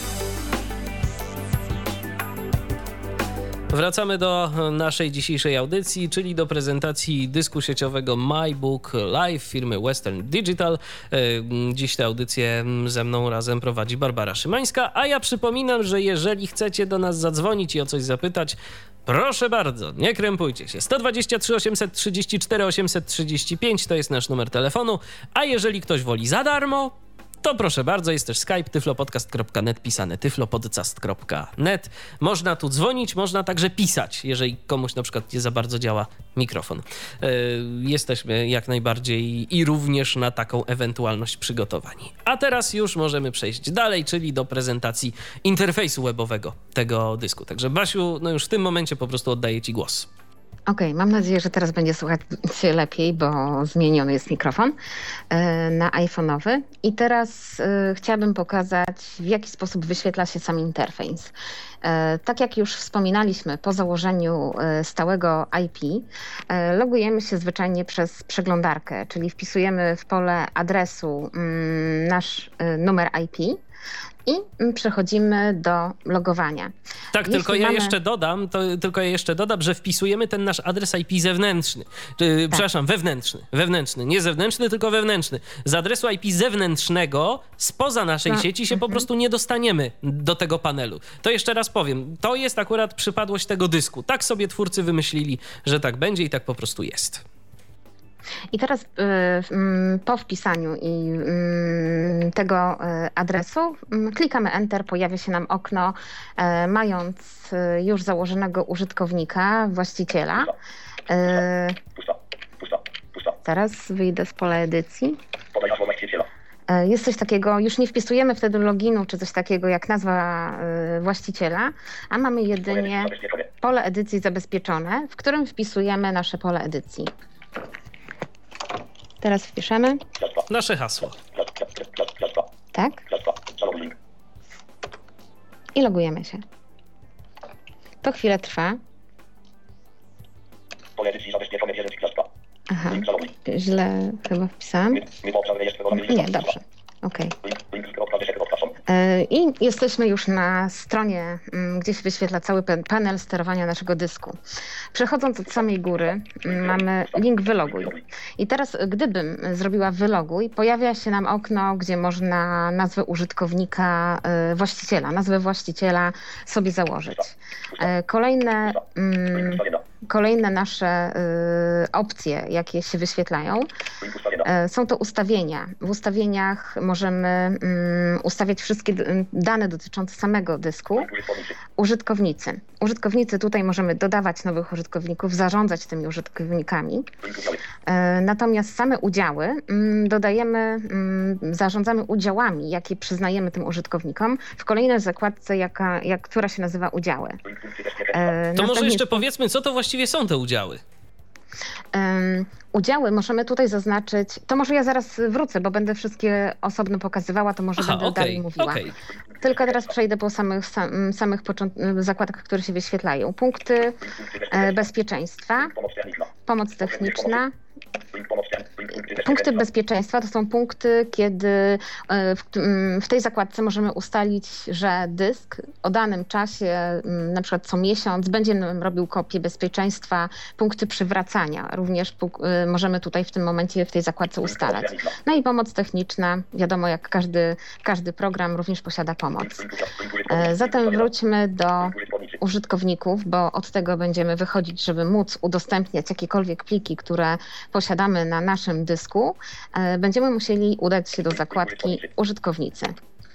S2: Wracamy do naszej dzisiejszej audycji, czyli do prezentacji dysku sieciowego MyBook Live firmy Western Digital. Dziś tę audycję ze mną razem prowadzi Barbara Szymańska, a ja przypominam, że jeżeli chcecie do nas zadzwonić i o coś zapytać, proszę bardzo, nie krępujcie się. sto dwadzieścia trzy osiemset trzydzieści cztery osiemset trzydzieści pięć to jest nasz numer telefonu, a jeżeli ktoś woli za darmo, to proszę bardzo, jest też Skype tyflopodcast kropka net, pisane tyflopodcast kropka net. Można tu dzwonić, można także pisać, jeżeli komuś na przykład nie za bardzo działa mikrofon. Yy, jesteśmy jak najbardziej i również na taką ewentualność przygotowani. A teraz już możemy przejść dalej, czyli do prezentacji interfejsu webowego tego dysku. Także Basiu, no już w tym momencie po prostu oddaję ci głos.
S3: Okej, okay, mam nadzieję, że teraz będzie słychać się lepiej, bo zmieniony jest mikrofon na iPhone'owy. I teraz chciałabym pokazać, w jaki sposób wyświetla się sam interfejs. Tak jak już wspominaliśmy, po założeniu stałego I P logujemy się zwyczajnie przez przeglądarkę, czyli wpisujemy w pole adresu nasz numer I P i przechodzimy do logowania.
S2: Tak, Jeśli tylko ja mamy... jeszcze dodam, to, tylko ja jeszcze dodam, że wpisujemy ten nasz adres I P zewnętrzny. Czy, tak. Przepraszam, wewnętrzny. Wewnętrzny. Nie zewnętrzny, tylko wewnętrzny. Z adresu I P zewnętrznego spoza naszej no. sieci się mhm. po prostu nie dostaniemy do tego panelu. To jeszcze raz powiem. To jest akurat przypadłość tego dysku. Tak sobie twórcy wymyślili, że tak będzie i tak po prostu jest.
S3: I teraz po wpisaniu i tego adresu klikamy Enter, pojawia się nam okno, mając już założonego użytkownika, właściciela. Teraz wyjdę z pola edycji. Jest coś takiego, już nie wpisujemy wtedy loginu czy coś takiego jak nazwa właściciela, a mamy jedynie pole edycji zabezpieczone, w którym wpisujemy nasze pole edycji. Teraz wpiszemy
S2: nasze hasło.
S3: Tak. I logujemy się. To chwilę trwa. Aha, źle chyba wpisałam. Nie, dobrze. Okej. I jesteśmy już na stronie, gdzie się wyświetla cały panel sterowania naszego dysku. Przechodząc od samej góry mamy link wyloguj. I teraz gdybym zrobiła wyloguj, pojawia się nam okno, gdzie można nazwę użytkownika, właściciela, nazwę właściciela sobie założyć. Kolejne, kolejne nasze opcje, jakie się wyświetlają, są to ustawienia. W ustawieniach możemy ustawiać wszystkie dane dotyczące samego dysku. Użytkownicy. Użytkownicy, tutaj możemy dodawać nowych użytkowników, zarządzać tymi użytkownikami. Natomiast same udziały dodajemy, zarządzamy udziałami, jakie przyznajemy tym użytkownikom w kolejnej zakładce, jaka, jak, która się nazywa udziały.
S2: To Następnie... może jeszcze powiedzmy, co to właściwie są te udziały?
S3: Um, udziały możemy tutaj zaznaczyć, to może ja zaraz wrócę, bo będę wszystkie osobno pokazywała, to może Aha, będę okay, dalej mówiła. Okay. Tylko teraz przejdę po samych, sam, samych począt- zakładkach, które się wyświetlają. Punkty e, bezpieczeństwa, pomoc techniczna. Punkty bezpieczeństwa to są punkty, kiedy w, w tej zakładce możemy ustalić, że dysk o danym czasie, na przykład co miesiąc, będzie nam robił kopię bezpieczeństwa, punkty przywracania. Również możemy tutaj w tym momencie w tej zakładce ustalać. No i pomoc techniczna, wiadomo, jak każdy, każdy program również posiada pomoc. Zatem wróćmy do użytkowników, bo od tego będziemy wychodzić, żeby móc udostępniać jakiekolwiek pliki, które posiadamy na naszym dysku. Będziemy musieli udać się do zakładki użytkownicy.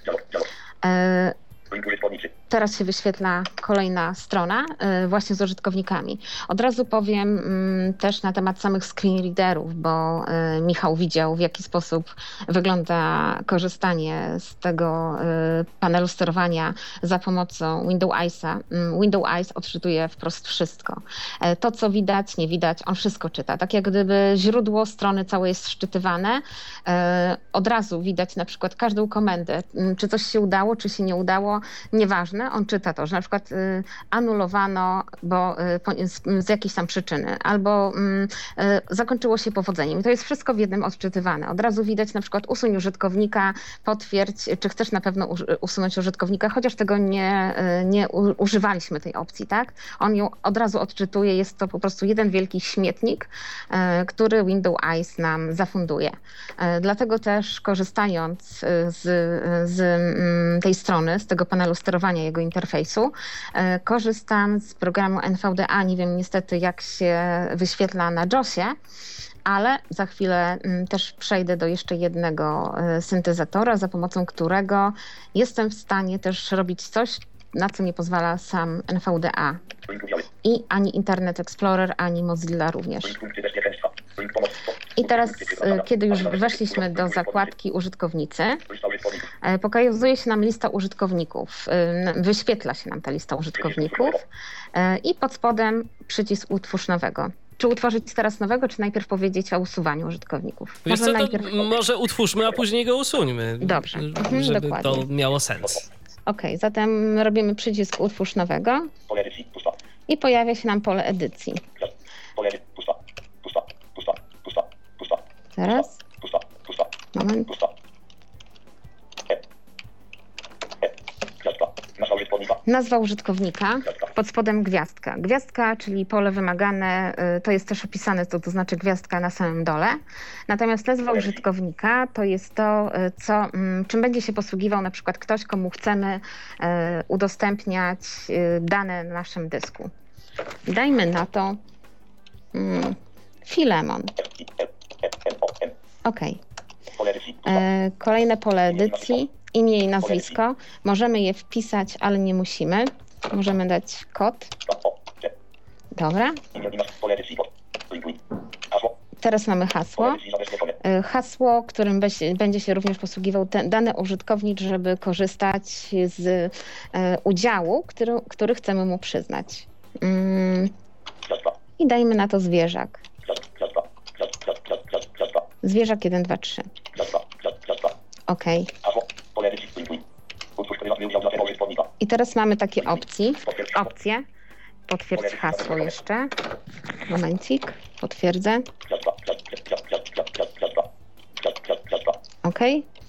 S3: Teraz się wyświetla kolejna strona właśnie z użytkownikami. Od razu powiem też na temat samych screen readerów, bo Michał widział, w jaki sposób wygląda korzystanie z tego panelu sterowania za pomocą Windows Eyesa. Windows Eyes odczytuje wprost wszystko. To, co widać, nie widać, on wszystko czyta. Tak jak gdyby źródło strony całe jest szczytywane, od razu widać na przykład każdą komendę, czy coś się udało, czy się nie udało, nieważne. On czyta to, że na przykład y, anulowano bo, y, z, z jakiejś tam przyczyny, albo y, y, zakończyło się powodzeniem. I to jest wszystko w jednym odczytywane. Od razu widać na przykład usuń użytkownika, potwierdź, czy chcesz na pewno us- usunąć użytkownika, chociaż tego nie, y, nie u- używaliśmy tej opcji, tak? On ją od razu odczytuje, jest to po prostu jeden wielki śmietnik, y, który Windows Eyes nam zafunduje. Y, dlatego też korzystając z, z y, tej strony, z tego panelu sterowania jego interfejsu. Korzystam z programu N V D A. Nie wiem niestety, jak się wyświetla na josie, ale za chwilę też przejdę do jeszcze jednego syntezatora, za pomocą którego jestem w stanie też robić coś, na co nie pozwala sam N V D A. I ani Internet Explorer, ani Mozilla również. I teraz, kiedy już weszliśmy do zakładki użytkownicy, pokazuje się nam lista użytkowników, wyświetla się nam ta lista użytkowników i pod spodem przycisk utwórz nowego. Czy utworzyć teraz nowego, czy najpierw powiedzieć o usuwaniu użytkowników?
S2: Wiesz
S3: Może,
S2: co,
S3: najpierw...
S2: może utwórzmy, a później go usuńmy.
S3: Dobrze, mhm,
S2: żeby
S3: dokładnie.
S2: to miało sens.
S3: Ok, zatem robimy przycisk utwórz nowego i pojawia się nam pole edycji. Teraz. Moment. Nazwa użytkownika, pod spodem gwiazdka. Gwiazdka, czyli pole wymagane, to jest też opisane, to, to znaczy gwiazdka na samym dole. Natomiast nazwa użytkownika to jest to, co, czym będzie się posługiwał na przykład ktoś, komu chcemy udostępniać dane na naszym dysku. Dajmy na to hmm, Filemon. Ok. Kolejne pole edycji. Imię i nazwisko. Możemy je wpisać, ale nie musimy. Możemy dać kod. Dobra. Teraz mamy hasło. Hasło, którym będzie się również posługiwał ten dany użytkownik, żeby korzystać z udziału, który, który chcemy mu przyznać. I dajmy na to zwierzak. Zwierzak jeden, dwa, trzy. OK. I teraz mamy takie opcje. Opcje. Potwierdź hasło jeszcze. Momencik. Potwierdzę. OK.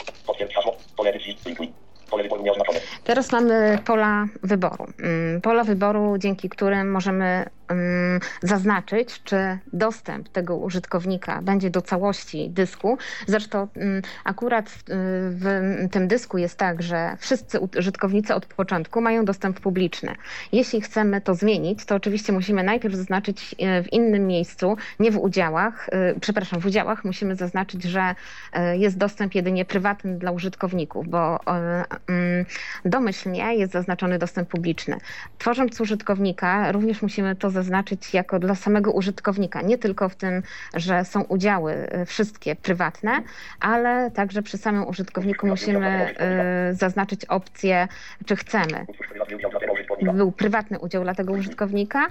S3: Teraz mamy pola wyboru. Pola wyboru, dzięki którym możemy zaznaczyć, czy dostęp tego użytkownika będzie do całości dysku. Zresztą akurat w tym dysku jest tak, że wszyscy użytkownicy od początku mają dostęp publiczny. Jeśli chcemy to zmienić, to oczywiście musimy najpierw zaznaczyć w innym miejscu, nie w udziałach, przepraszam, w udziałach musimy zaznaczyć, że jest dostęp jedynie prywatny dla użytkowników, bo domyślnie jest zaznaczony dostęp publiczny. Tworząc użytkownika, również musimy to zaznaczyć jako dla samego użytkownika. Nie tylko w tym, że są udziały wszystkie prywatne, ale także przy samym użytkowniku musimy y, zaznaczyć opcję, czy chcemy. Był prywatny udział dla tego użytkownika,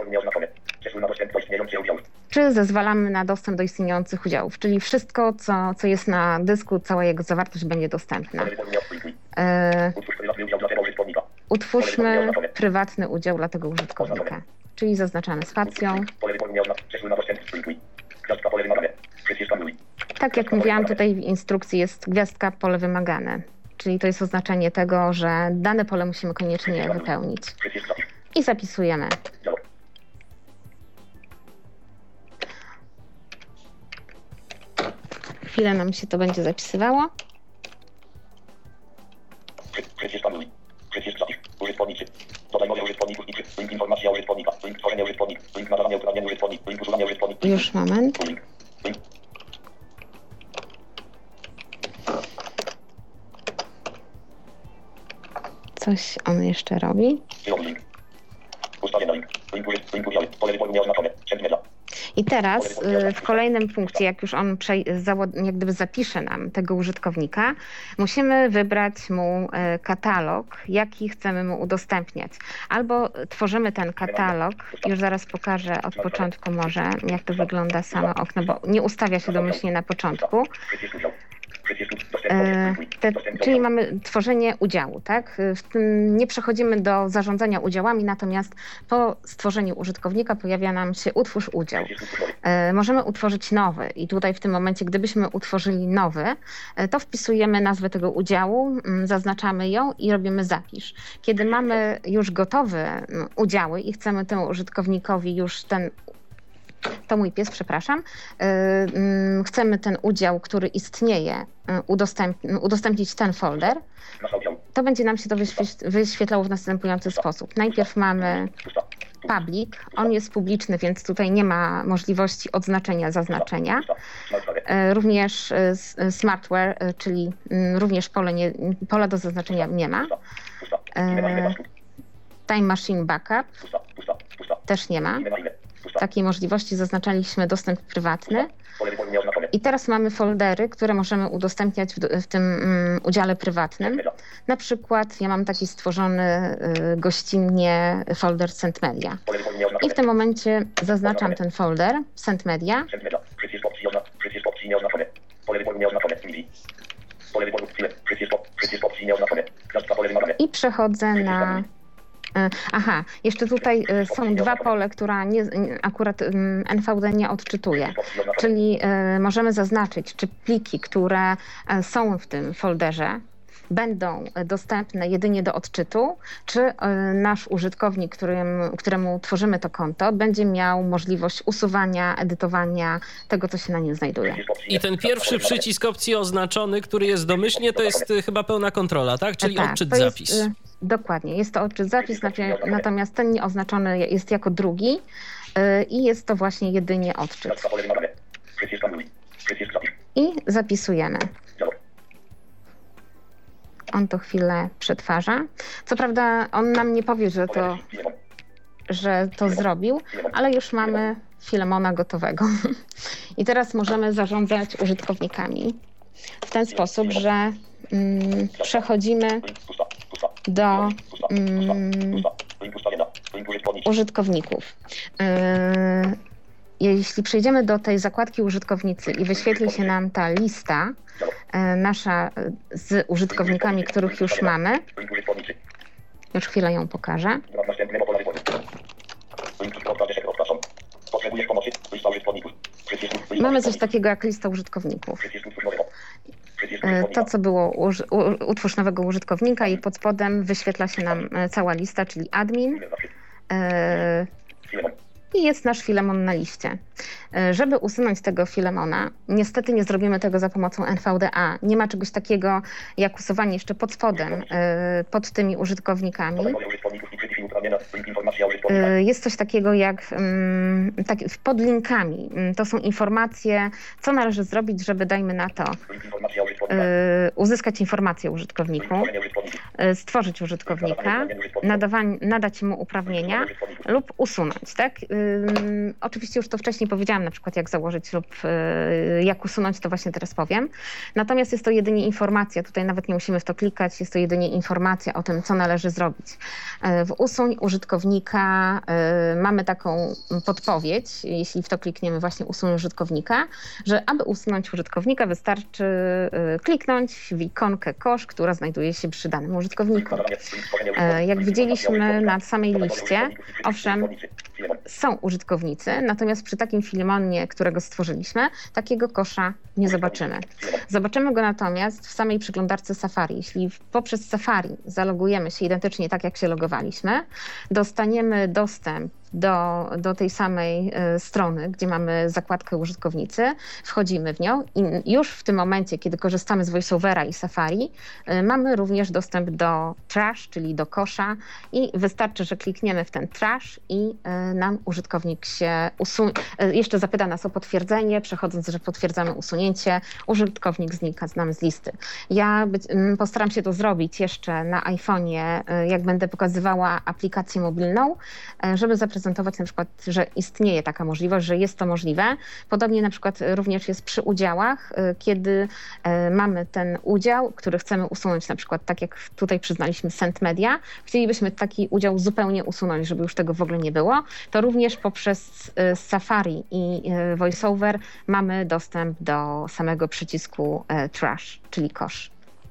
S3: czy zezwalamy na dostęp do istniejących udziałów, czyli wszystko, co, co jest na dysku, cała jego zawartość będzie dostępna. Y, utwórzmy prywatny udział dla tego użytkownika. Czyli zaznaczamy spacją. Tak jak mówiłam, tutaj w instrukcji jest gwiazdka pole wymagane. Czyli to jest oznaczenie tego, że dane pole musimy koniecznie wypełnić. I zapisujemy. Chwilę nam się to będzie zapisywało. Użytkownicy. Dodaj nowych użytkowników i link informacja użytkownika. Link tworzenia użytkownika. Link nadawania uprawnienia użytkownika. Link usuwania użytkownika. Już moment. Link. Link. Coś on jeszcze robi. Link. Ustawię na link. Link link udziały. Pole wyboru nieoznaczone. Centrala. I teraz w kolejnym punkcie, jak już on jak gdyby zapisze nam tego użytkownika, musimy wybrać mu katalog, jaki chcemy mu udostępniać. Albo tworzymy ten katalog, już zaraz pokażę od początku może, jak to wygląda samo okno, bo nie ustawia się domyślnie na początku. Te, czyli mamy tworzenie udziału, tak? W tym nie przechodzimy do zarządzania udziałami, natomiast po stworzeniu użytkownika pojawia nam się utwórz udział. Możemy utworzyć nowy i tutaj w tym momencie, gdybyśmy utworzyli nowy, to wpisujemy nazwę tego udziału, zaznaczamy ją i robimy zapisz. Kiedy mamy już gotowe udziały i chcemy temu użytkownikowi już ten To mój pies, przepraszam. Chcemy ten udział, który istnieje, udostępnić, udostępnić ten folder. To będzie nam się to wyświetlało w następujący sposób. Najpierw mamy public. On jest publiczny, więc tutaj nie ma możliwości odznaczenia, zaznaczenia. Również smartware, czyli również pole nie, pola do zaznaczenia nie ma. Time Machine Backup też nie ma. takiej możliwości zaznaczaliśmy dostęp prywatny. I teraz mamy foldery, które możemy udostępniać w, w tym um, udziale prywatnym. Na przykład ja mam taki stworzony y, gościnnie folder Send Media. I w tym momencie zaznaczam ten folder Send Media. I przechodzę na... Aha, jeszcze tutaj są dwa pole, które nie, akurat N V D nie odczytuje. Czyli możemy zaznaczyć, czy pliki, które są w tym folderze, będą dostępne jedynie do odczytu, czy nasz użytkownik, którym, któremu tworzymy to konto, będzie miał możliwość usuwania, edytowania tego, co się na nim znajduje.
S2: I ten pierwszy przycisk opcji oznaczony, który jest domyślnie, to jest chyba pełna kontrola, tak? Czyli
S3: tak,
S2: odczyt,
S3: to jest,
S2: zapis.
S3: Dokładnie, jest to odczyt, zapis, natomiast ten nieoznaczony jest jako drugi i jest to właśnie jedynie odczyt. I zapisujemy. On to chwilę przetwarza. Co prawda on nam nie powie, że to, że to zrobił, ale już mamy Filemona gotowego. I teraz możemy zarządzać użytkownikami w ten sposób, że mm, przechodzimy do mm, użytkowników. Yy, Jeśli przejdziemy do tej zakładki użytkownicy i wyświetli się nam ta lista e, nasza z użytkownikami, których już mamy, już chwilę ją pokażę. Mamy coś takiego jak lista użytkowników. E, to, co było u, u, utwórz nowego użytkownika i pod spodem wyświetla się nam cała lista, czyli admin. E, I jest nasz Filemon na liście. Żeby usunąć tego Filemona, niestety nie zrobimy tego za pomocą N V D A. Nie ma czegoś takiego jak usuwanie jeszcze pod spodem, pod tymi użytkownikami. Jest coś takiego jak tak, pod linkami. To są informacje, co należy zrobić, żeby, dajmy na to, uzyskać informację o użytkowniku, stworzyć użytkownika, nadawać, nadać mu uprawnienia lub usunąć, tak? Oczywiście już to wcześniej powiedziałam, na przykład jak założyć lub jak usunąć, to właśnie teraz powiem. Natomiast jest to jedynie informacja, tutaj nawet nie musimy w to klikać, jest to jedynie informacja o tym, co należy zrobić. W usuń użytkownika mamy taką podpowiedź, jeśli w to klikniemy właśnie usuń użytkownika, że aby usunąć użytkownika wystarczy kliknąć w ikonkę kosz, która znajduje się przy danym użytkowniku. Jak widzieliśmy na samej liście, owszem, są użytkownicy, natomiast przy takim Filemonie, którego stworzyliśmy, takiego kosza nie zobaczymy. Zobaczymy go natomiast w samej przeglądarce Safari. Jeśli poprzez Safari zalogujemy się identycznie tak, jak się logowaliśmy, dostaniemy dostęp do, do tej samej y, strony, gdzie mamy zakładkę użytkownicy, wchodzimy w nią i już w tym momencie, kiedy korzystamy z VoiceOvera i Safari, y, mamy również dostęp do trash, czyli do kosza i wystarczy, że klikniemy w ten trash i y, nam użytkownik się usunie. Y, jeszcze zapyta nas o potwierdzenie, przechodząc, że potwierdzamy usunięcie, użytkownik znika z nam z listy. Ja być, y, postaram się to zrobić jeszcze na iPhone'ie, y, jak będę pokazywała aplikację mobilną, y, żeby zaprezentować na przykład, że istnieje taka możliwość, że jest to możliwe. Podobnie na przykład również jest przy udziałach, kiedy mamy ten udział, który chcemy usunąć, na przykład tak jak tutaj przyznaliśmy Send Media, chcielibyśmy taki udział zupełnie usunąć, żeby już tego w ogóle nie było, to również poprzez Safari i VoiceOver mamy dostęp do samego przycisku Trash, czyli kosz.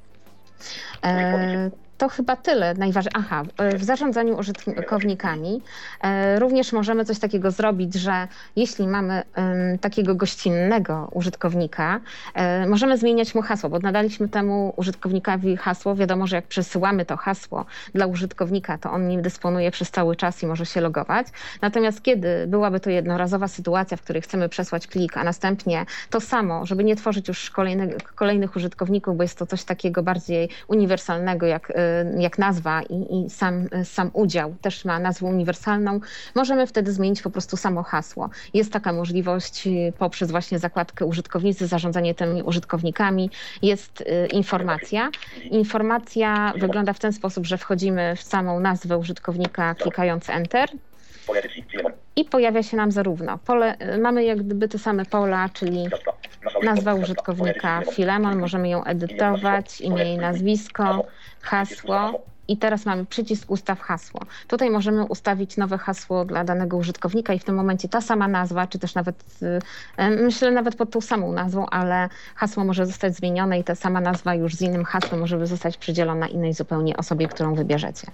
S3: E To chyba tyle najważniejsze. Aha, w zarządzaniu użytkownikami również możemy coś takiego zrobić, że jeśli mamy takiego gościnnego użytkownika, możemy zmieniać mu hasło, bo nadaliśmy temu użytkownikowi hasło. Wiadomo, że jak przesyłamy to hasło dla użytkownika, to on nim dysponuje przez cały czas i może się logować. Natomiast kiedy byłaby to jednorazowa sytuacja, w której chcemy przesłać plik, a następnie to samo, żeby nie tworzyć już kolejnych, kolejnych użytkowników, bo jest to coś takiego bardziej uniwersalnego, jak jak nazwa i, i sam, sam udział też ma nazwę uniwersalną, możemy wtedy zmienić po prostu samo hasło. Jest taka możliwość poprzez właśnie zakładkę użytkownicy, zarządzanie tymi użytkownikami. Jest y, informacja. Informacja wygląda w ten sposób, że wchodzimy w samą nazwę użytkownika klikając Enter. i pojawia się nam zarówno pole, mamy jak gdyby te same pola, czyli nazwa użytkownika Filemon, możemy ją edytować, imię i nazwisko, hasło. I teraz mamy przycisk ustaw hasło. Tutaj możemy ustawić nowe hasło dla danego użytkownika i w tym momencie ta sama nazwa, czy też nawet, myślę nawet pod tą samą nazwą, ale hasło może zostać zmienione i ta sama nazwa już z innym hasłem może zostać przydzielona innej zupełnie osobie, którą wybierzecie.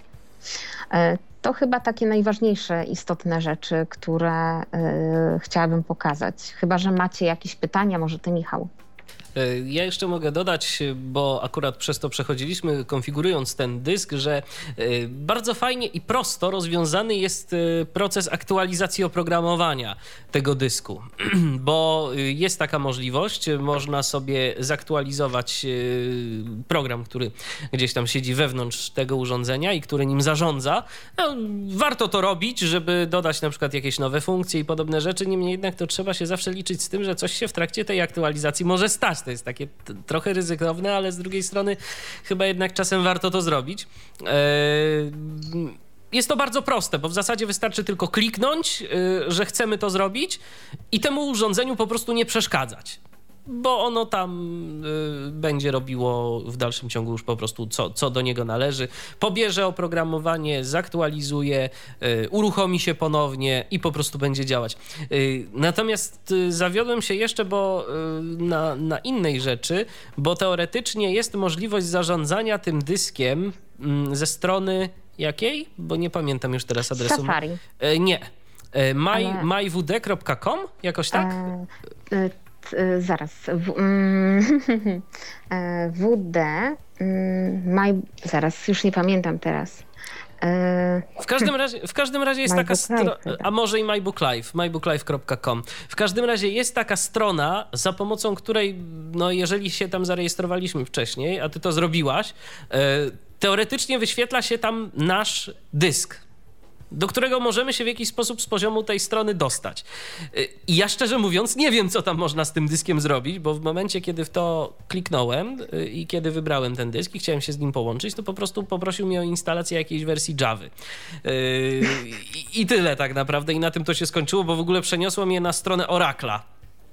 S3: To chyba takie najważniejsze, istotne rzeczy, które chciałabym pokazać. Chyba że macie jakieś pytania, może ty, Michał?
S2: Ja jeszcze mogę dodać, bo akurat przez to przechodziliśmy, konfigurując ten dysk, że bardzo fajnie i prosto rozwiązany jest proces aktualizacji oprogramowania tego dysku, bo jest taka możliwość, można sobie zaktualizować program, który gdzieś tam siedzi wewnątrz tego urządzenia i który nim zarządza. No, warto to robić, żeby dodać na przykład jakieś nowe funkcje i podobne rzeczy, niemniej jednak to trzeba się zawsze liczyć z tym, że coś się w trakcie tej aktualizacji może stać. To jest takie t- trochę ryzykowne, ale z drugiej strony chyba jednak czasem warto to zrobić. Eee, jest to bardzo proste, bo w zasadzie wystarczy tylko kliknąć, yy, że chcemy to zrobić i temu urządzeniu po prostu nie przeszkadzać, bo ono tam y, będzie robiło w dalszym ciągu już po prostu co, co do niego należy. Pobierze oprogramowanie, zaktualizuje, y, uruchomi się ponownie i po prostu będzie działać. Y, natomiast y, zawiodłem się jeszcze bo, y, na, na innej rzeczy, bo teoretycznie jest możliwość zarządzania tym dyskiem y, ze strony jakiej? Bo nie pamiętam już teraz adresu.
S3: Safari.
S2: Y, nie. Y, my, Ale... my w d kropka com? Jakoś tak?
S3: E, e... Zaraz. W, mm, W D. Mm, my, zaraz, już nie pamiętam teraz.
S2: W każdym razie, w każdym razie jest taka strona, a może i mybooklive, mybooklive kropka com. W każdym razie jest taka strona, za pomocą której, no jeżeli się tam zarejestrowaliśmy wcześniej, a ty to zrobiłaś, teoretycznie wyświetla się tam nasz dysk, do którego możemy się w jakiś sposób z poziomu tej strony dostać. I ja szczerze mówiąc nie wiem, co tam można z tym dyskiem zrobić, bo w momencie, kiedy w to kliknąłem i kiedy wybrałem ten dysk i chciałem się z nim połączyć, to po prostu poprosił mnie o instalację jakiejś wersji Javy. I tyle tak naprawdę. I na tym to się skończyło, bo w ogóle przeniosło mnie na stronę Oracla,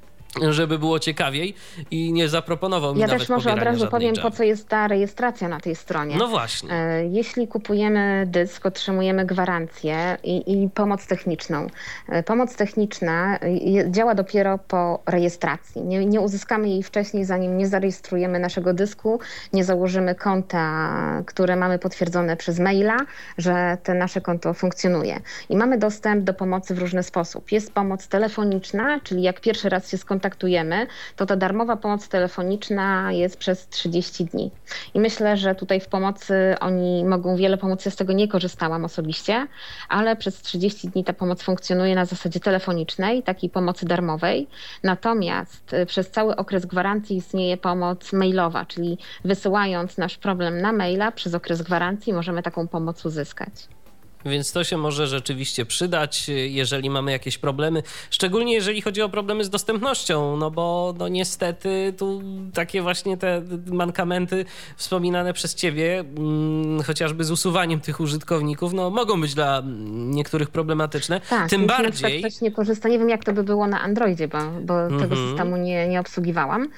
S2: żeby było ciekawiej i nie zaproponował mi
S3: ja
S2: nawet
S3: pobierania. Ja też może od razu powiem,
S2: Java.
S3: Po co jest ta rejestracja na tej stronie.
S2: No właśnie.
S3: Jeśli kupujemy dysk, otrzymujemy gwarancję i, i pomoc techniczną. Pomoc techniczna działa dopiero po rejestracji. Nie, nie uzyskamy jej wcześniej, zanim nie zarejestrujemy naszego dysku, nie założymy konta, które mamy potwierdzone przez maila, że to nasze konto funkcjonuje. I mamy dostęp do pomocy w różny sposób. Jest pomoc telefoniczna, czyli jak pierwszy raz się skontaktujemy, kontaktujemy, to ta darmowa pomoc telefoniczna jest przez trzydzieści dni. I myślę, że tutaj w pomocy oni mogą wiele pomóc. Ja z tego nie korzystałam osobiście, ale przez trzydzieści dni ta pomoc funkcjonuje na zasadzie telefonicznej, takiej pomocy darmowej. Natomiast przez cały okres gwarancji istnieje pomoc mailowa, czyli wysyłając nasz problem na maila przez okres gwarancji możemy taką pomoc uzyskać.
S2: Więc to się może rzeczywiście przydać, jeżeli mamy jakieś problemy, szczególnie jeżeli chodzi o problemy z dostępnością, no bo no niestety tu takie właśnie te mankamenty wspominane przez ciebie, hmm, chociażby z usuwaniem tych użytkowników, no mogą być dla niektórych problematyczne.
S3: Tak,
S2: tym bardziej...
S3: ktoś nie korzysta, nie wiem jak to by było na Androidzie, bo, bo mm-hmm. tego systemu nie, nie obsługiwałam,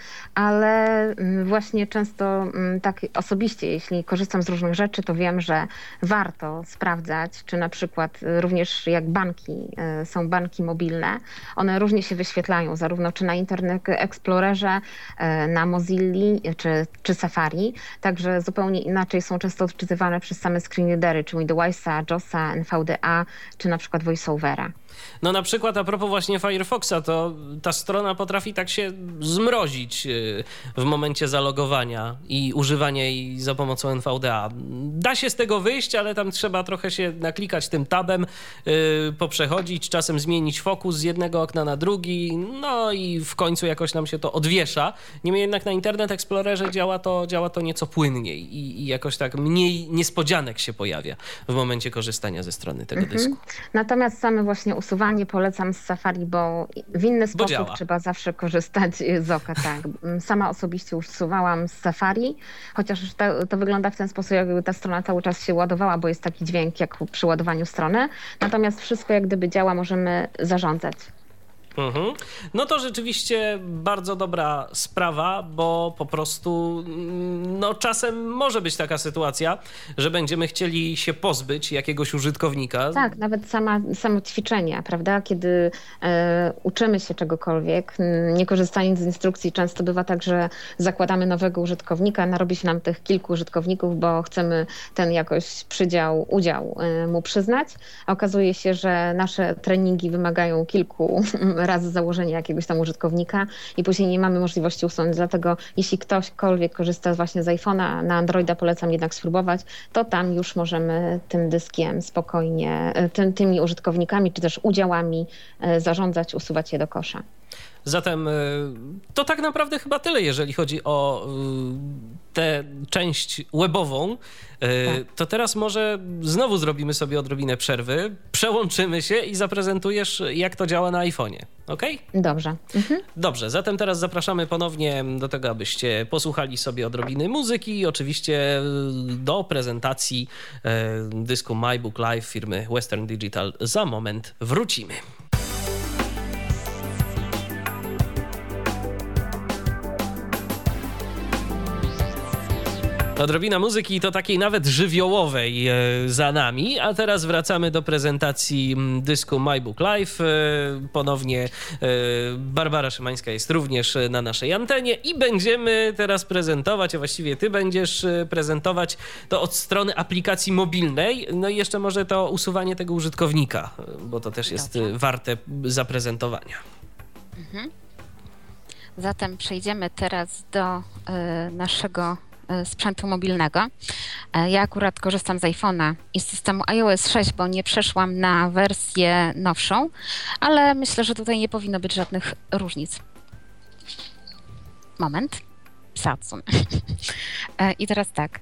S3: ale właśnie często tak osobiście, jeśli korzystam z różnych rzeczy, to wiem, że warto sprawdzać, czy na przykład również jak banki, są banki mobilne, one różnie się wyświetlają, zarówno czy na Internet Explorerze, na Mozilli, czy, czy Safari, także zupełnie inaczej są często odczytywane przez same screenreadery, czy Windowsa, JOSa, N V D A, czy na przykład VoiceOvera.
S2: No na przykład a propos właśnie Firefoxa, to ta strona potrafi tak się zmrozić w momencie zalogowania i używania jej za pomocą N V D A. Da się z tego wyjść, ale tam trzeba trochę się naklikać tym tabem, yy, poprzechodzić, czasem zmienić fokus z jednego okna na drugi, no i w końcu jakoś nam się to odwiesza. Niemniej jednak na Internet Explorerze działa to, działa to nieco płynniej i, i jakoś tak mniej niespodzianek się pojawia w momencie korzystania ze strony tego
S3: mhm.
S2: dysku.
S3: Natomiast same właśnie usuwanie polecam z Safari, bo w inny
S2: bo
S3: sposób
S2: działa.
S3: Trzeba zawsze korzystać z oka. Tak. Sama osobiście usuwałam z Safari, chociaż to, to wygląda w ten sposób, jakby ta strona cały czas się ładowała, bo jest taki dźwięk, jak przy ładowaniu strony. Natomiast wszystko jak gdyby działa, możemy zarządzać.
S2: Mhm. No to rzeczywiście bardzo dobra sprawa, bo po prostu no czasem może być taka sytuacja, że będziemy chcieli się pozbyć jakiegoś użytkownika.
S3: Tak, nawet sama, samo ćwiczenie, prawda? Kiedy e, uczymy się czegokolwiek, nie korzystając z instrukcji, często bywa tak, że zakładamy nowego użytkownika, narobi się nam tych kilku użytkowników, bo chcemy ten jakoś przydział, udział e, mu przyznać, a okazuje się, że nasze treningi wymagają kilku razy założenia jakiegoś tam użytkownika i później nie mamy możliwości usunąć. Dlatego jeśli ktośkolwiek korzysta właśnie z iPhone'a, na Androida polecam jednak spróbować, to tam już możemy tym dyskiem spokojnie, tym, tymi użytkownikami czy też udziałami zarządzać, usuwać je do kosza.
S2: Zatem to tak naprawdę chyba tyle, jeżeli chodzi o tę część webową. Tak. To teraz może znowu zrobimy sobie odrobinę przerwy, przełączymy się i zaprezentujesz, jak to działa na iPhone'ie. Okej?
S3: Dobrze. Mhm.
S2: Dobrze, zatem teraz zapraszamy ponownie do tego, abyście posłuchali sobie odrobiny muzyki i oczywiście do prezentacji dysku MyBook Live firmy Western Digital za moment wrócimy. Odrobina muzyki to takiej nawet żywiołowej za nami, a teraz wracamy do prezentacji dysku MyBook Live. Ponownie Barbara Szymańska jest również na naszej antenie i będziemy teraz prezentować, a właściwie ty będziesz prezentować to od strony aplikacji mobilnej, no i jeszcze może to usuwanie tego użytkownika, bo to też jest Dobrze. warte zaprezentowania.
S3: Mhm. Zatem przejdziemy teraz do y, naszego sprzętu mobilnego. Ja akurat korzystam z iPhone'a i z systemu iOS sześć, bo nie przeszłam na wersję nowszą, ale myślę, że tutaj nie powinno być żadnych różnic. Moment. Satsun. I teraz tak.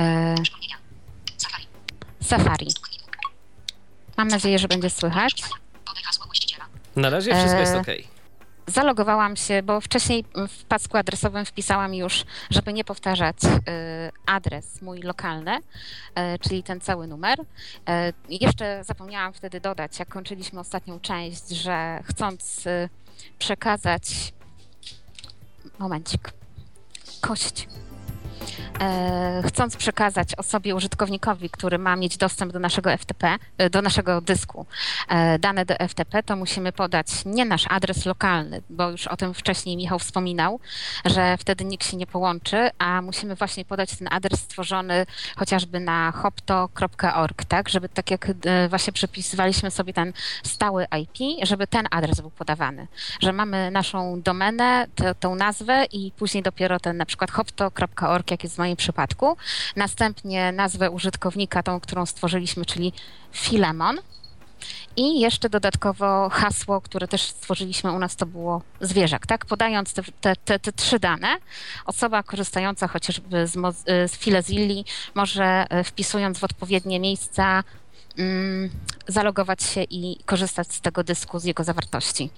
S3: Safari. Mam nadzieję, że będzie słychać.
S2: Na razie wszystko jest okej.
S3: Zalogowałam się, bo wcześniej w pasku adresowym wpisałam już, żeby nie powtarzać, adres mój lokalny, czyli ten cały numer. Jeszcze zapomniałam wtedy dodać, jak kończyliśmy ostatnią część, że chcąc przekazać... Momencik. Kość. Chcąc przekazać osobie, użytkownikowi, który ma mieć dostęp do naszego F T P, do naszego dysku, dane do F T P, to musimy podać nie nasz adres lokalny, bo już o tym wcześniej Michał wspominał, że wtedy nikt się nie połączy, a musimy właśnie podać ten adres stworzony chociażby na hopto kropka org, tak, żeby tak jak właśnie przepisywaliśmy sobie ten stały I P, żeby ten adres był podawany, że mamy naszą domenę, tę, tą nazwę i później dopiero ten na przykład hopto kropka org, jak jest w moim przypadku. Następnie nazwę użytkownika, tą, którą stworzyliśmy, czyli Filemon. I jeszcze dodatkowo hasło, które też stworzyliśmy u nas, to było zwierzak, tak? Podając te, te, te, te trzy dane, osoba korzystająca chociażby z, z Filezilli może, wpisując w odpowiednie miejsca, mm, zalogować się i korzystać z tego dysku, z jego zawartości.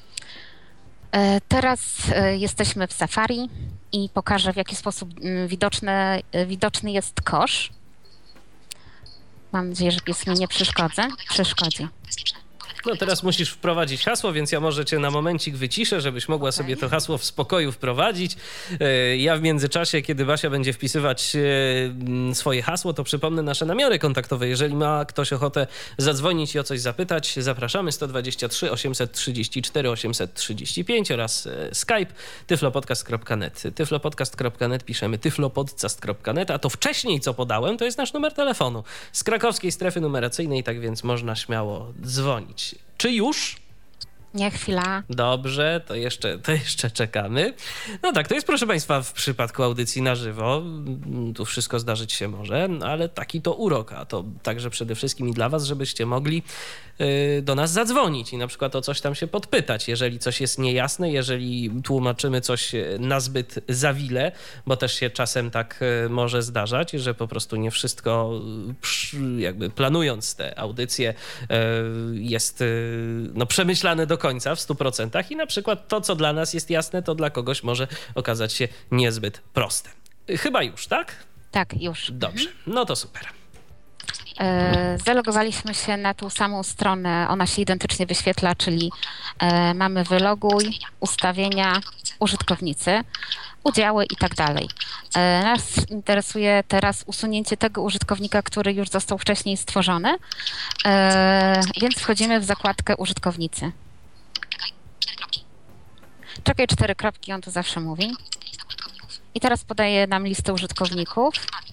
S3: Teraz jesteśmy w Safari i pokażę, w jaki sposób widoczny, widoczny jest kosz. Mam nadzieję, że pies mi nie przeszkodzi. przeszkodzi.
S2: No teraz musisz wprowadzić hasło, więc ja może cię na momencik wyciszę, żebyś mogła okay. sobie to hasło w spokoju wprowadzić. Ja w międzyczasie, kiedy Basia będzie wpisywać swoje hasło, to przypomnę nasze namiary kontaktowe. Jeżeli ma ktoś ochotę zadzwonić i o coś zapytać, zapraszamy sto dwadzieścia trzy osiemset trzydzieści cztery osiemset trzydzieści pięć oraz Skype tyflopodcast kropka net. tyflopodcast kropka net piszemy tyflopodcast kropka net, a to wcześniej, co podałem, to jest nasz numer telefonu z krakowskiej strefy numeracyjnej, tak więc można śmiało dzwonić. Czy już?
S3: Nie, chwila.
S2: Dobrze, to jeszcze, to jeszcze czekamy. No tak, to jest, proszę Państwa, w przypadku audycji na żywo. Tu wszystko zdarzyć się może, ale taki to urok, a to także przede wszystkim i dla Was, żebyście mogli y, do nas zadzwonić i na przykład o coś tam się podpytać, jeżeli coś jest niejasne, jeżeli tłumaczymy coś nazbyt zawile, bo też się czasem tak y, może zdarzać, że po prostu nie wszystko przy, jakby planując te audycje y, jest y, no, przemyślane do końca w stu procentach i na przykład to, co dla nas jest jasne, to dla kogoś może okazać się niezbyt proste. Chyba już, tak?
S3: Tak, już.
S2: Dobrze, no to super.
S3: Zalogowaliśmy się na tą samą stronę, ona się identycznie wyświetla, czyli mamy wyloguj, ustawienia, użytkownicy, udziały i tak dalej. Nas interesuje teraz usunięcie tego użytkownika, który już został wcześniej stworzony, więc wchodzimy w zakładkę użytkownicy. Czekaj cztery kropki, on tu zawsze mówi. I teraz podaje nam listę użytkowników.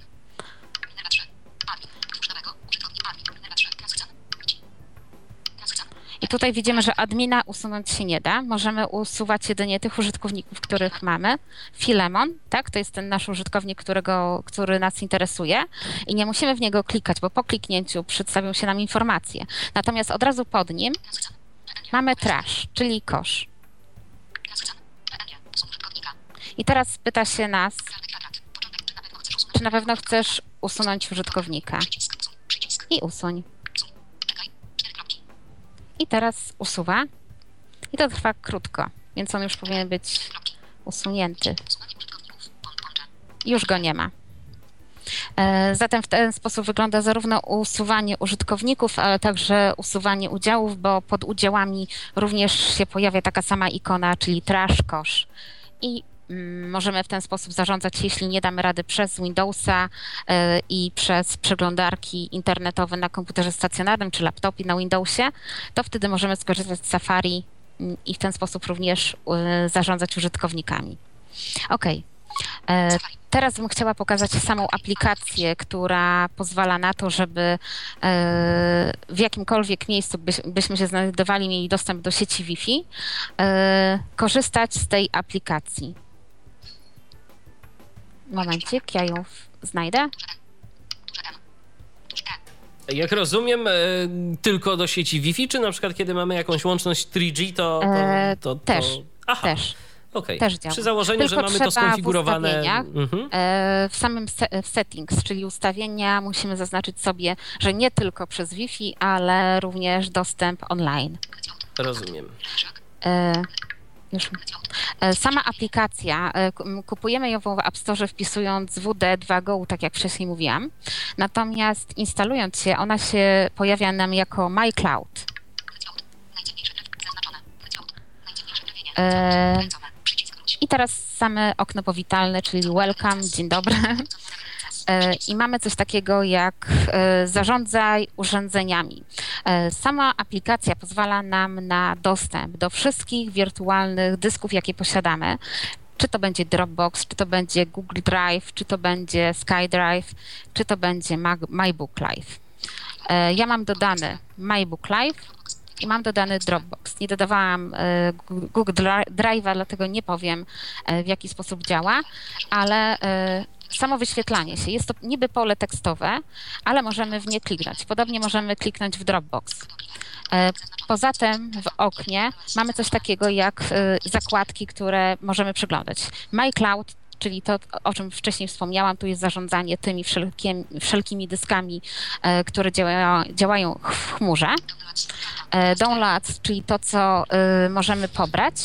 S3: I tutaj widzimy, że admina usunąć się nie da. Możemy usuwać jedynie tych użytkowników, których mamy. Filemon, tak, to jest ten nasz użytkownik, którego, który nas interesuje. I nie musimy w niego klikać, bo po kliknięciu przedstawią się nam informacje. Natomiast od razu pod nim mamy trash, czyli kosz. I teraz pyta się nas, czy na pewno chcesz usunąć użytkownika. I usuń. I teraz usuwa. I to trwa krótko, więc on już powinien być usunięty. Już go nie ma. Zatem w ten sposób wygląda zarówno usuwanie użytkowników, ale także usuwanie udziałów, bo pod udziałami również się pojawia taka sama ikona, czyli trash, kosz. I możemy w ten sposób zarządzać, jeśli nie damy rady przez Windowsa i przez przeglądarki internetowe na komputerze stacjonarnym czy laptopie na Windowsie, to wtedy możemy skorzystać z Safari i w ten sposób również zarządzać użytkownikami. Ok. Teraz bym chciała pokazać samą aplikację, która pozwala na to, żeby w jakimkolwiek miejscu byśmy się znajdowali, mieli dostęp do sieci Wi-Fi, korzystać z tej aplikacji. Momencik, ja ją znajdę.
S2: Jak rozumiem, tylko do sieci Wi-Fi, czy na przykład kiedy mamy jakąś łączność trzy G, to... to, to, to...
S3: Też,
S2: Aha.
S3: też.
S2: Okay.
S3: Też działa.
S2: Przy założeniu,
S3: Tylko
S2: że mamy to skonfigurowane
S3: w, mhm. w samym se w settings, czyli ustawienia, musimy zaznaczyć sobie, że nie tylko przez Wi-Fi, ale również dostęp online.
S2: Rozumiem.
S3: E, już. E, sama aplikacja, e, kupujemy ją w App Store wpisując W D dwa Go, tak jak wcześniej mówiłam. Natomiast instalując się, ona się pojawia nam jako MyCloud. E, I teraz same okno powitalne, czyli welcome, dzień dobry. I mamy coś takiego jak zarządzaj urządzeniami. Sama aplikacja pozwala nam na dostęp do wszystkich wirtualnych dysków, jakie posiadamy. Czy to będzie Dropbox, czy to będzie Google Drive, czy to będzie SkyDrive, czy to będzie MyBook Live. Ja mam dodany MyBook Live i mam dodany Dropbox. Nie dodawałam Google Drive'a, dlatego nie powiem, w jaki sposób działa, ale samo wyświetlanie się. Jest to niby pole tekstowe, ale możemy w nie kliknąć. Podobnie możemy kliknąć w Dropbox. Poza tym w oknie mamy coś takiego jak zakładki, które możemy przeglądać. MyCloud, czyli to, o czym wcześniej wspomniałam, tu jest zarządzanie tymi wszelkimi, wszelkimi dyskami, które działają, działają w chmurze. Downloads, czyli to, co możemy pobrać.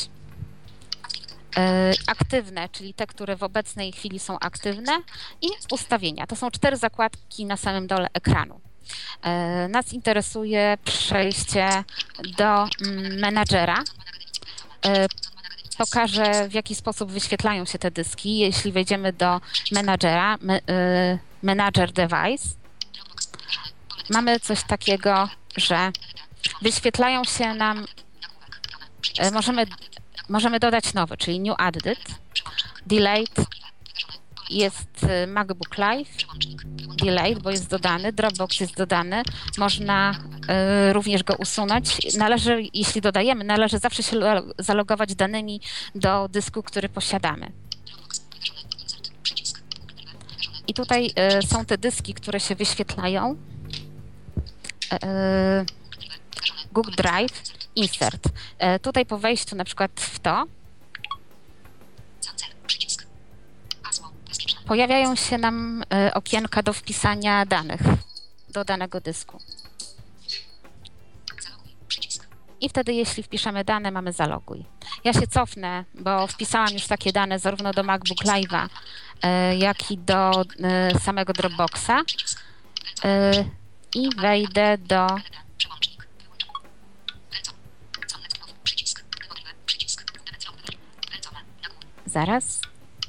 S3: Aktywne, czyli te, które w obecnej chwili są aktywne, i ustawienia. To są cztery zakładki na samym dole ekranu. Nas interesuje przejście do menadżera. Pokażę, w jaki sposób wyświetlają się te dyski. Jeśli wejdziemy do menadżera, Manager Device, mamy coś takiego, że wyświetlają się nam, możemy Możemy dodać nowy, czyli New Added, Delayed, jest MacBook Live, Delayed, bo jest dodany, Dropbox jest dodany, można y, również go usunąć. Należy, jeśli dodajemy, należy zawsze się zalogować danymi do dysku, który posiadamy. I tutaj y, są te dyski, które się wyświetlają. Y, Google Drive, Insert. Tutaj po wejściu na przykład w to pojawiają się nam okienka do wpisania danych do danego dysku. I wtedy, jeśli wpiszemy dane, mamy zaloguj. Ja się cofnę, bo wpisałam już takie dane zarówno do MacBook Live'a, jak i do samego Dropboxa. i wejdę do zaraz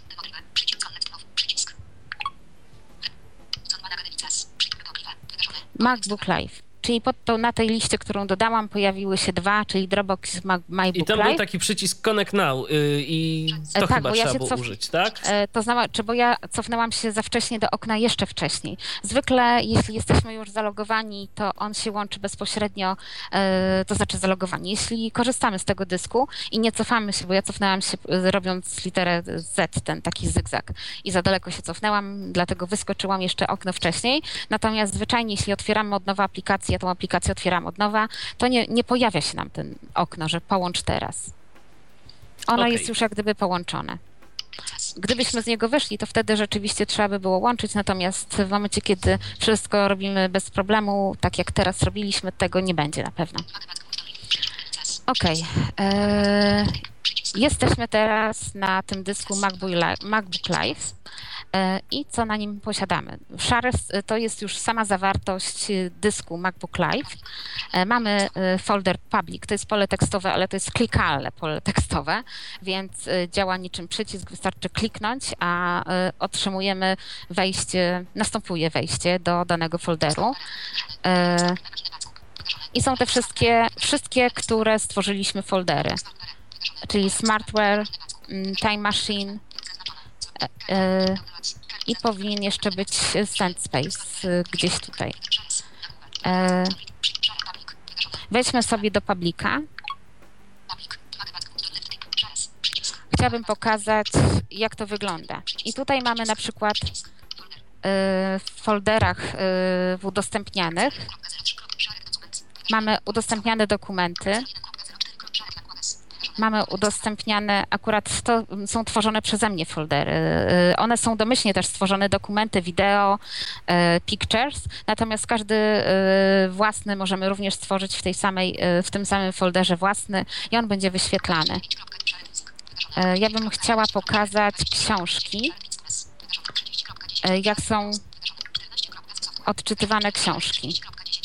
S3: MacBook Live. Czyli pod to, na tej liście, którą dodałam, pojawiły się dwa, czyli Dropbox i MacBook
S2: I tam
S3: Live.
S2: był taki przycisk Connect Now yy, i to
S3: e, tak,
S2: chyba
S3: bo ja
S2: trzeba
S3: się
S2: było
S3: cof...
S2: użyć, tak?
S3: E, to znaczy, bo ja cofnęłam się za wcześnie do okna jeszcze wcześniej. Zwykle, jeśli jesteśmy już zalogowani, to on się łączy bezpośrednio, e, to znaczy zalogowani. Jeśli korzystamy z tego dysku i nie cofamy się, bo ja cofnęłam się e, robiąc literę Z, ten taki zygzak i za daleko się cofnęłam, dlatego wyskoczyłam jeszcze okno wcześniej. Natomiast zwyczajnie, jeśli otwieramy od nowa aplikację, ja tą aplikację otwieram od nowa, to nie, nie pojawia się nam ten okno, że połącz teraz. Ono
S2: Okay.
S3: jest już jak gdyby połączone. Gdybyśmy z niego wyszli, to wtedy rzeczywiście trzeba by było łączyć, natomiast w momencie, kiedy wszystko robimy bez problemu, tak jak teraz robiliśmy, tego nie będzie na pewno. Okej. Okay. Jesteśmy teraz na tym dysku MacBook Live, MacBook Live. I co na nim posiadamy? Szare to jest już sama zawartość dysku MacBook Live. Mamy folder public, to jest pole tekstowe, ale to jest klikalne pole tekstowe, więc działa niczym przycisk, wystarczy kliknąć, a otrzymujemy wejście, następuje wejście do danego folderu. I są te wszystkie, wszystkie, które stworzyliśmy foldery, czyli Smartware, Time Machine, i powinien jeszcze być SendSpace gdzieś tutaj. Wejdźmy sobie do publica. Chciałabym pokazać, jak to wygląda. I tutaj mamy na przykład w folderach w udostępnianych mamy udostępniane dokumenty. Mamy udostępniane, akurat to są tworzone przeze mnie foldery. One są domyślnie też stworzone dokumenty, wideo, pictures, natomiast każdy własny możemy również stworzyć w tej samej, w tym samym folderze własny i on będzie wyświetlany. Ja bym chciała pokazać książki, jak są odczytywane książki.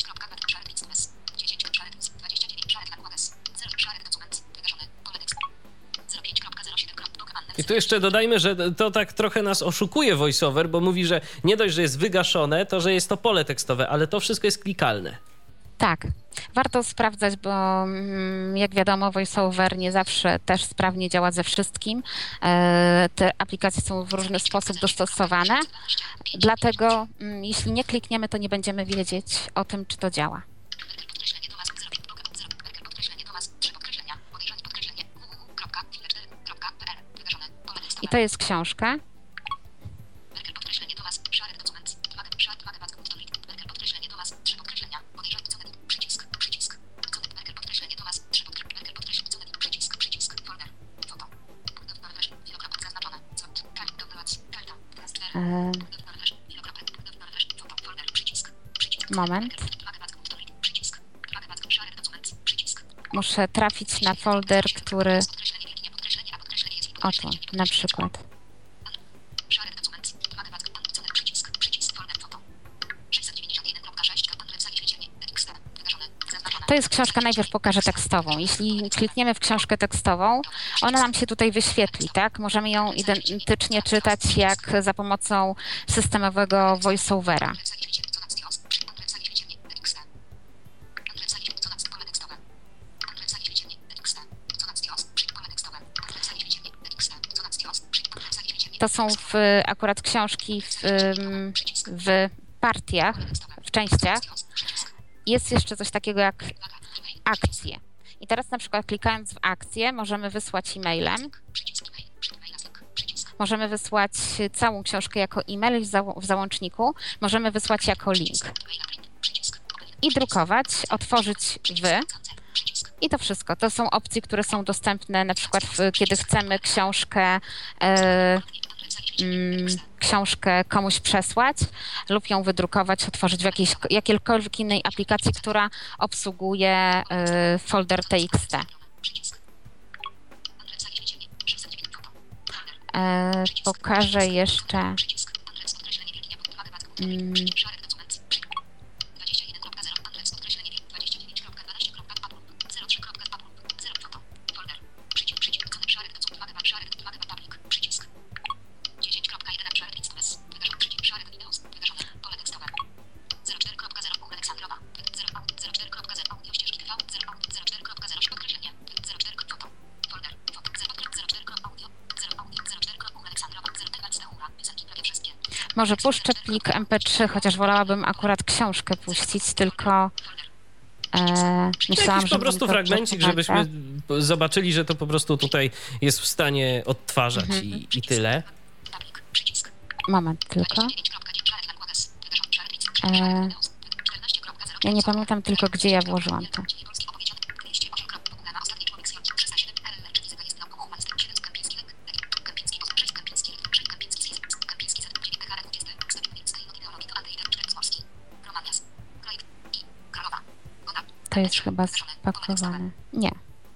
S2: I tu jeszcze dodajmy, że to tak trochę nas oszukuje VoiceOver, bo mówi, że nie dość, że jest wygaszone, to że jest to pole tekstowe, ale to wszystko jest klikalne.
S3: Tak, warto sprawdzać, bo jak wiadomo, VoiceOver nie zawsze też sprawnie działa ze wszystkim. Te aplikacje są w różny sposób dostosowane, dlatego jeśli nie klikniemy, to nie będziemy wiedzieć o tym, czy to działa. I to jest książka. Moment. Muszę trafić na folder, który... Oto, na przykład. To jest książka, najpierw pokażę tekstową. Jeśli klikniemy w książkę tekstową, ona nam się tutaj wyświetli, tak? Możemy ją identycznie czytać jak za pomocą systemowego VoiceOvera. To są w, akurat książki w, w partiach, w częściach. Jest jeszcze coś takiego jak akcje. I teraz na przykład klikając w akcję możemy wysłać e-mailem. Możemy wysłać całą książkę jako e-mail w, zał w załączniku. Możemy wysłać jako link. I drukować, otworzyć w. I to wszystko. To są opcje, które są dostępne na przykład w, kiedy chcemy książkę e, mm, książkę komuś przesłać lub ją wydrukować, otworzyć w jakiejś, jakiejkolwiek innej aplikacji, która obsługuje y, folder T X T. E, pokażę jeszcze... Mm, Może puszczę plik em pe trzy, chociaż wolałabym akurat książkę puścić, tylko e, myślałam,
S2: Jakiś
S3: że...
S2: po prostu fragmencik, żebyśmy zobaczyli, że to po prostu tutaj jest w stanie odtwarzać mhm. i, i tyle.
S3: Moment tylko. E, ja nie pamiętam tylko, gdzie ja włożyłam to. To jest chyba spakowane. Nie.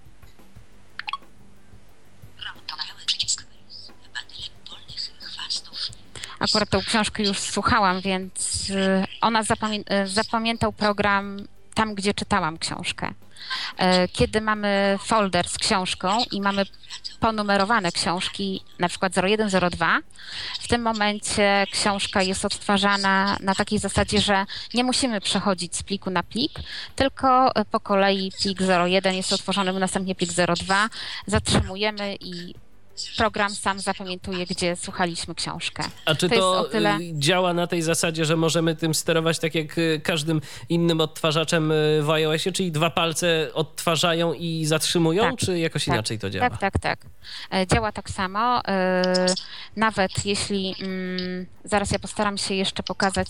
S3: Akurat tą książkę już słuchałam, więc ona zapamię- zapamiętał program tam, gdzie czytałam książkę. Kiedy mamy folder z książką i mamy ponumerowane książki, na przykład zero jeden, zero dwa, w tym momencie książka jest odtwarzana na takiej zasadzie, że nie musimy przechodzić z pliku na plik, tylko po kolei plik zero jeden jest otworzony, następnie plik zero dwa, zatrzymujemy i program sam zapamiętuje, gdzie słuchaliśmy książkę.
S2: A czy to, to tyle... działa na tej zasadzie, że możemy tym sterować tak jak każdym innym odtwarzaczem w iOSie, czyli dwa palce odtwarzają i zatrzymują, tak, czy jakoś
S3: tak,
S2: inaczej to działa?
S3: Tak, tak, tak. Działa tak samo. Nawet jeśli... Zaraz ja postaram się jeszcze pokazać...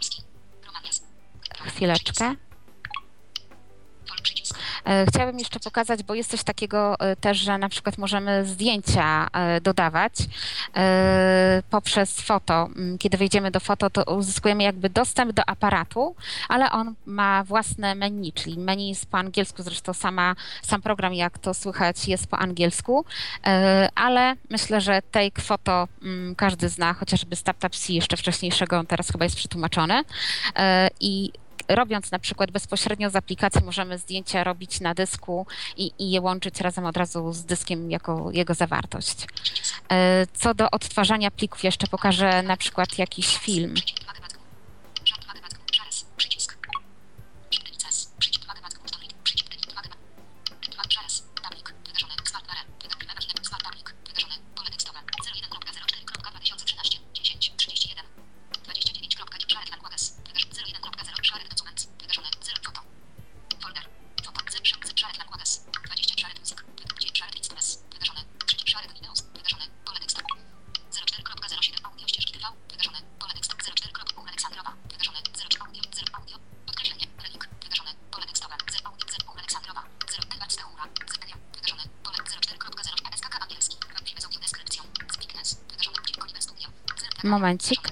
S3: Chwileczkę. Chciałabym jeszcze pokazać, bo jest coś takiego też, że na przykład możemy zdjęcia dodawać poprzez foto. Kiedy wejdziemy do foto, to uzyskujemy jakby dostęp do aparatu, ale on ma własne menu, czyli menu jest po angielsku, zresztą sama, sam program, jak to słychać, jest po angielsku, ale myślę, że Take Photo każdy zna, chociażby z TapTapC jeszcze wcześniejszego, on teraz chyba jest przetłumaczony i robiąc na przykład bezpośrednio z aplikacji możemy zdjęcia robić na dysku i, i je łączyć razem od razu z dyskiem jako jego zawartość. Co do odtwarzania plików jeszcze pokażę na przykład jakiś film. Momencik.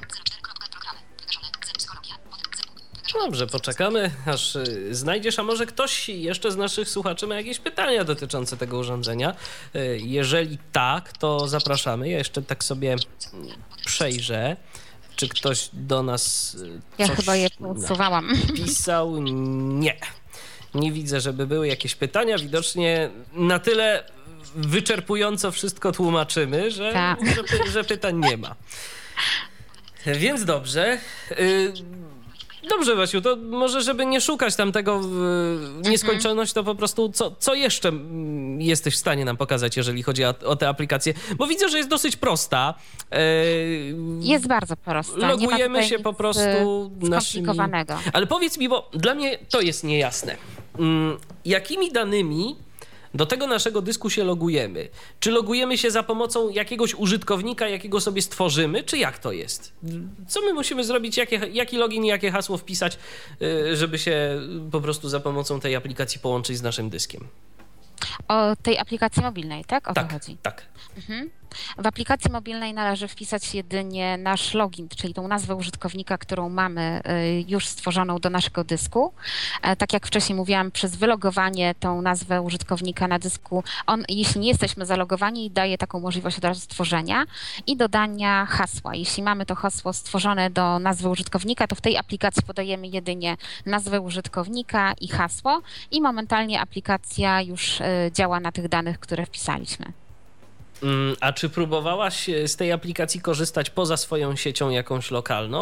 S2: Dobrze, poczekamy, aż znajdziesz, a może ktoś jeszcze z naszych słuchaczy ma jakieś pytania dotyczące tego urządzenia. Jeżeli tak, to zapraszamy. Ja jeszcze tak sobie przejrzę, czy ktoś do nas
S3: Ja chyba je usuwałam.
S2: Pisał. Nie. Nie widzę, żeby były jakieś pytania. Widocznie na tyle wyczerpująco wszystko tłumaczymy, że,
S3: tak.
S2: że, że pytań nie ma. Więc dobrze. Dobrze, Basiu, to może, żeby nie szukać tam tego w nieskończoność, to po prostu co, co jeszcze jesteś w stanie nam pokazać, jeżeli chodzi o, o tę aplikację? Bo widzę, że jest dosyć prosta.
S3: Jest bardzo prosta.
S2: Logujemy się po prostu
S3: skomplikowanego.
S2: Naszymi... Ale powiedz mi, bo dla mnie to jest niejasne. Jakimi danymi do tego naszego dysku się logujemy? Czy logujemy się za pomocą jakiegoś użytkownika, jakiego sobie stworzymy, czy jak to jest? Co my musimy zrobić, jakie, jaki login, jakie hasło wpisać, żeby się po prostu za pomocą tej aplikacji połączyć z naszym dyskiem?
S3: O tej aplikacji mobilnej, tak? O
S2: tak,
S3: to chodzi.
S2: Tak.
S3: Mhm. W aplikacji mobilnej należy wpisać jedynie nasz login, czyli tą nazwę użytkownika, którą mamy już stworzoną do naszego dysku. Tak jak wcześniej mówiłam, przez wylogowanie tą nazwę użytkownika na dysku, on, jeśli nie jesteśmy zalogowani, daje taką możliwość od razu stworzenia i dodania hasła. Jeśli mamy to hasło stworzone do nazwy użytkownika, to w tej aplikacji podajemy jedynie nazwę użytkownika i hasło i momentalnie aplikacja już działa na tych danych, które wpisaliśmy.
S2: A czy próbowałaś z tej aplikacji korzystać poza swoją siecią jakąś lokalną?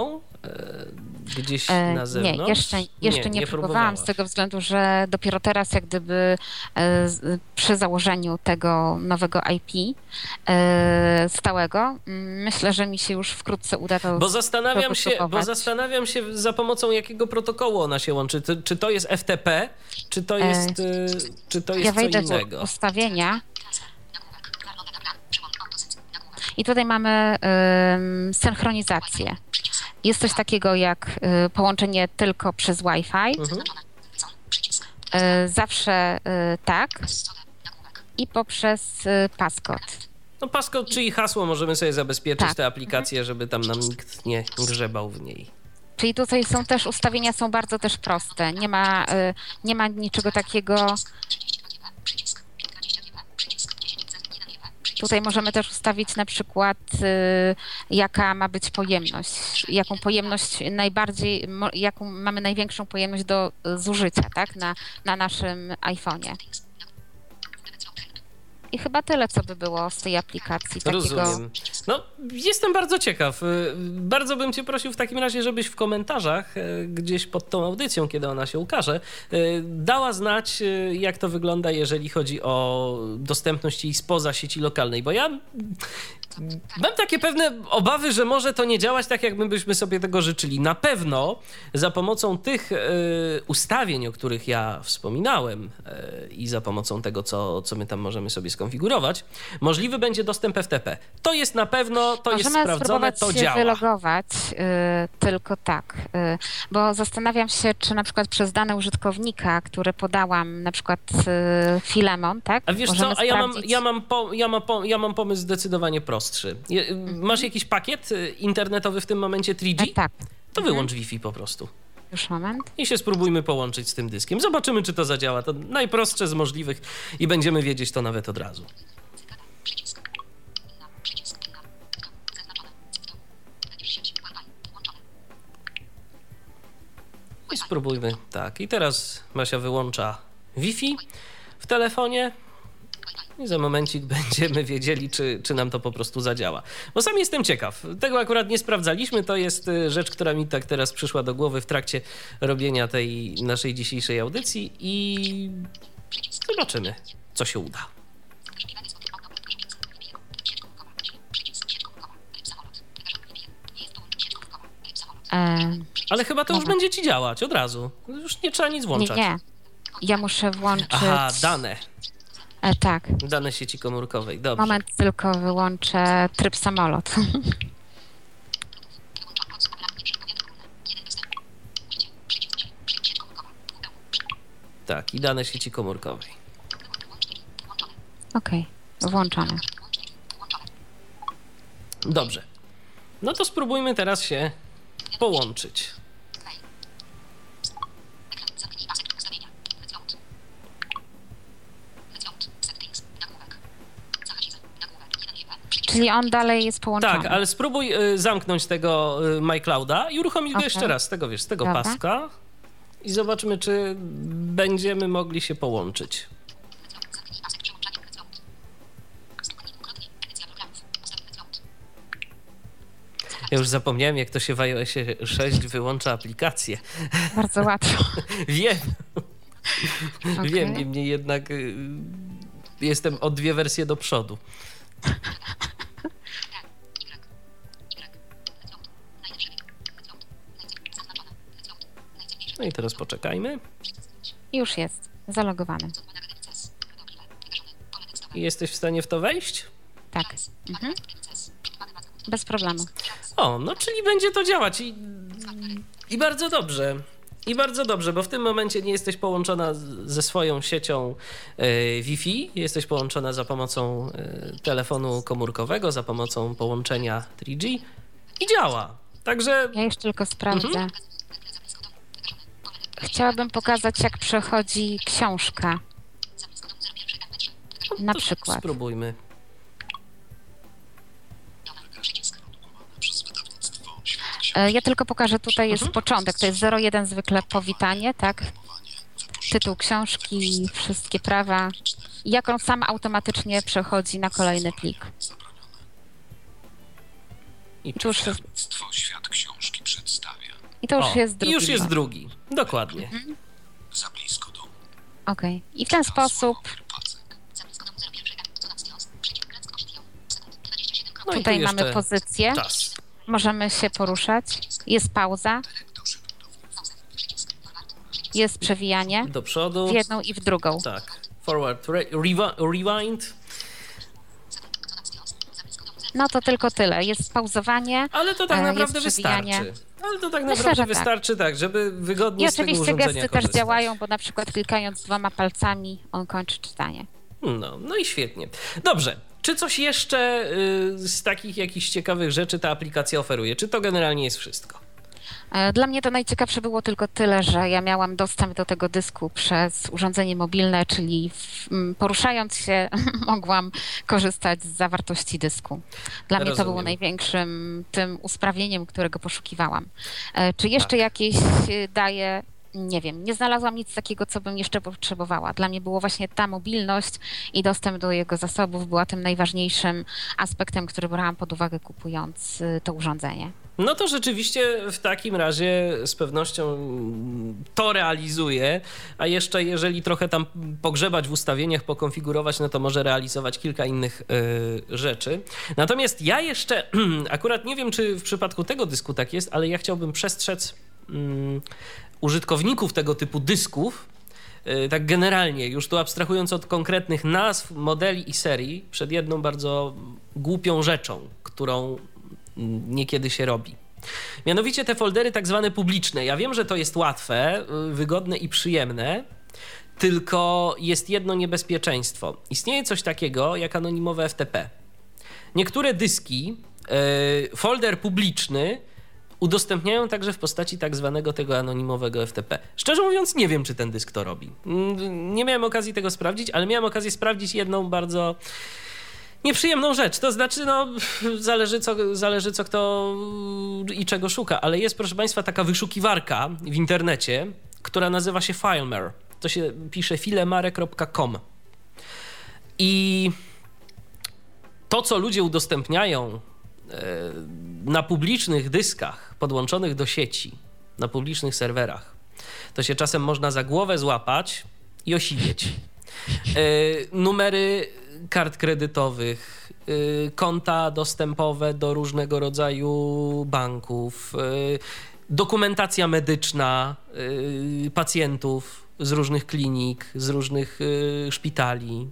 S2: gdzieś
S3: E,
S2: na zewnątrz?
S3: Nie, jeszcze, jeszcze nie, nie próbowałam z tego względu, że dopiero teraz jak gdyby e, z, przy założeniu tego nowego I P e, stałego, myślę, że mi się już wkrótce uda to
S2: Bo zastanawiam się, bo
S3: próbować.
S2: zastanawiam się za pomocą jakiego protokołu ona się łączy. To, czy to jest F T P, czy to jest, e, czy to jest
S3: ja
S2: co
S3: wejdę
S2: innego?
S3: w ustawienia. I tutaj mamy y, synchronizację. Jest coś takiego jak y, połączenie tylko przez Wi-Fi.
S2: Mhm.
S3: Y, zawsze y, tak. I poprzez y, passcode.
S2: No passcode, czyli hasło możemy sobie zabezpieczyć
S3: Tak.
S2: tę aplikację, żeby tam nam nikt nie grzebał w niej.
S3: Czyli tutaj są też ustawienia są bardzo też proste. Nie ma, y, nie ma niczego takiego. Tutaj możemy też ustawić na przykład, y, jaka ma być pojemność, jaką pojemność najbardziej, mo, jaką mamy największą pojemność do y, zużycia, tak, na, na naszym iPhone'ie. I chyba tyle, co by było z tej aplikacji. Takiego...
S2: Rozumiem. No, jestem bardzo ciekaw. Bardzo bym cię prosił w takim razie, żebyś w komentarzach gdzieś pod tą audycją, kiedy ona się ukaże, dała znać, jak to wygląda, jeżeli chodzi o dostępność jej spoza sieci lokalnej, bo ja mam takie pewne obawy, że może to nie działać tak, jak my byśmy sobie tego życzyli. Na pewno za pomocą tych y, ustawień, o których ja wspominałem y, i za pomocą tego, co, co my tam możemy sobie skonfigurować, możliwy będzie dostęp F T P. To jest na pewno, to
S3: Możemy
S2: jest sprawdzone, to
S3: się
S2: działa.
S3: wylogować y, tylko tak, y, bo zastanawiam się, czy na przykład przez dane użytkownika, które podałam, na przykład y, Filemon, tak?
S2: A wiesz
S3: Możemy
S2: co, a ja mam,
S3: sprawdzić-
S2: ja, mam po, ja, mam po, ja mam pomysł zdecydowanie prostszy. Je, masz jakiś pakiet y, internetowy w tym momencie trzy G?
S3: E, tak,
S2: To wyłącz Wi-Fi po prostu.
S3: już moment.
S2: I się spróbujmy połączyć z tym dyskiem. Zobaczymy, czy to zadziała. To najprostsze z możliwych i będziemy wiedzieć to nawet od razu. I spróbujmy. Tak, i teraz Basia wyłącza Wi-Fi w telefonie. I za momencik będziemy wiedzieli, czy, czy nam to po prostu zadziała. Bo sam jestem ciekaw. Tego akurat nie sprawdzaliśmy. To jest rzecz, która mi tak teraz przyszła do głowy w trakcie robienia tej naszej dzisiejszej audycji i zobaczymy, co się uda.
S3: E,
S2: Ale chyba to już
S3: Moment.
S2: będzie ci działać od razu. Już nie trzeba nic
S3: nie,
S2: włączać.
S3: nie. Ja muszę włączyć...
S2: Aha, dane.
S3: E, tak,
S2: Dane sieci komórkowej. Dobrze.
S3: moment, tylko wyłączę tryb samolot.
S2: Tak, i dane sieci komórkowej.
S3: Okej, włączone.
S2: Dobrze. No to spróbujmy teraz się połączyć.
S3: Czyli on dalej jest połączony.
S2: Tak, ale spróbuj y, zamknąć tego y, MyClouda i uruchomić go
S3: Okej.
S2: jeszcze raz z tego, wiesz, z tego
S3: Dobra.
S2: paska i zobaczymy, czy będziemy mogli się połączyć. Ja już zapomniałem, jak to się w iOSie sześć wyłącza aplikację.
S3: Bardzo łatwo.
S2: Wiem,
S3: Okej.
S2: wiem, niemniej jednak y, jestem o dwie wersje do przodu. No i teraz poczekajmy.
S3: Już jest, zalogowany.
S2: I jesteś w stanie w to wejść?
S3: Tak. Mhm. Bez problemu.
S2: O, no czyli będzie to działać i, i bardzo dobrze. I bardzo dobrze, bo w tym momencie nie jesteś połączona z- ze swoją siecią e, Wi-Fi, jesteś połączona za pomocą e, telefonu komórkowego, za pomocą połączenia trzy G i działa. Także
S3: Ja jeszcze tylko sprawdzę.
S2: Mhm.
S3: Chciałabym pokazać, jak przechodzi książka. Na
S2: to
S3: przykład.
S2: spróbujmy.
S3: E, Ja tylko pokażę, tutaj jest początek, to jest zero jeden zwykle powitanie, tak? Tytuł książki, wszystkie prawa. I jak on sam automatycznie przechodzi na kolejny plik.
S2: I
S3: to już jest,
S4: Świat książki przedstawia.
S3: i to już
S2: o,
S3: jest drugi.
S2: I już jest
S3: blok.
S2: drugi. Dokładnie.
S3: Mhm.
S4: Za blisko domu.
S3: Okej. I w ten sposób
S2: No i
S3: tutaj
S2: tu
S3: mamy
S2: jeszcze
S3: pozycję.
S2: czas.
S3: Możemy się poruszać. Jest pauza. Jest przewijanie
S2: Do przodu.
S3: w jedną i w drugą.
S2: Tak. Forward, re, rewi- rewind.
S3: No to tylko tyle. Jest pauzowanie.
S2: Ale to tak
S3: e,
S2: naprawdę
S3: jest przewijanie.
S2: wystarczy. Ale to tak
S3: Myślę,
S2: naprawdę
S3: że tak.
S2: wystarczy, tak, żeby wygodnie
S3: I
S2: z tego
S3: oczywiście
S2: urządzenia
S3: gesty
S2: korzystać.
S3: też działają, bo na przykład klikając dwoma palcami on kończy czytanie.
S2: No, no i świetnie. Dobrze. Czy coś jeszcze y, z takich jakichś ciekawych rzeczy ta aplikacja oferuje? Czy to generalnie jest wszystko?
S3: E, Dla mnie to najciekawsze było tylko tyle, że ja miałam dostęp do tego dysku przez urządzenie mobilne, czyli w, m, poruszając się mogłam korzystać z zawartości dysku. Dla mnie to
S2: Rozumiem.
S3: było największym tym usprawnieniem, którego poszukiwałam. E, Czy jeszcze
S2: Tak.
S3: jakieś e, daje? Nie wiem, nie znalazłam nic takiego, co bym jeszcze potrzebowała. Dla mnie było właśnie ta mobilność i dostęp do jego zasobów była tym najważniejszym aspektem, który brałam pod uwagę kupując y, to urządzenie.
S2: No to rzeczywiście w takim razie z pewnością to realizuje, a jeszcze jeżeli trochę tam pogrzebać w ustawieniach, pokonfigurować, no to może realizować kilka innych y, rzeczy. Natomiast ja jeszcze, akurat nie wiem, czy w przypadku tego dysku tak jest, ale ja chciałbym przestrzec mm, użytkowników tego typu dysków, y, tak generalnie, już tu abstrahując od konkretnych nazw, modeli i serii, przed jedną bardzo głupią rzeczą, którą niekiedy się robi. Mianowicie te foldery tak zwane publiczne. Ja wiem, że to jest łatwe, wygodne i przyjemne, tylko jest jedno niebezpieczeństwo. Istnieje coś takiego jak anonimowe F T P. Niektóre dyski, yy, folder publiczny udostępniają także w postaci tak zwanego tego anonimowego F T P. Szczerze mówiąc, nie wiem, czy ten dysk to robi. Nie miałem okazji tego sprawdzić, ale miałem okazję sprawdzić jedną bardzo nieprzyjemną rzecz. To znaczy, no, zależy co, zależy co kto i czego szuka, ale jest, proszę Państwa, taka wyszukiwarka w internecie, która nazywa się Filemare. To się pisze filemare kropka com. I to, co ludzie udostępniają na publicznych dyskach podłączonych do sieci, na publicznych serwerach, to się czasem można za głowę złapać i osiwieć. Numery kart kredytowych, konta dostępowe do różnego rodzaju banków, dokumentacja medyczna pacjentów z różnych klinik, z różnych szpitali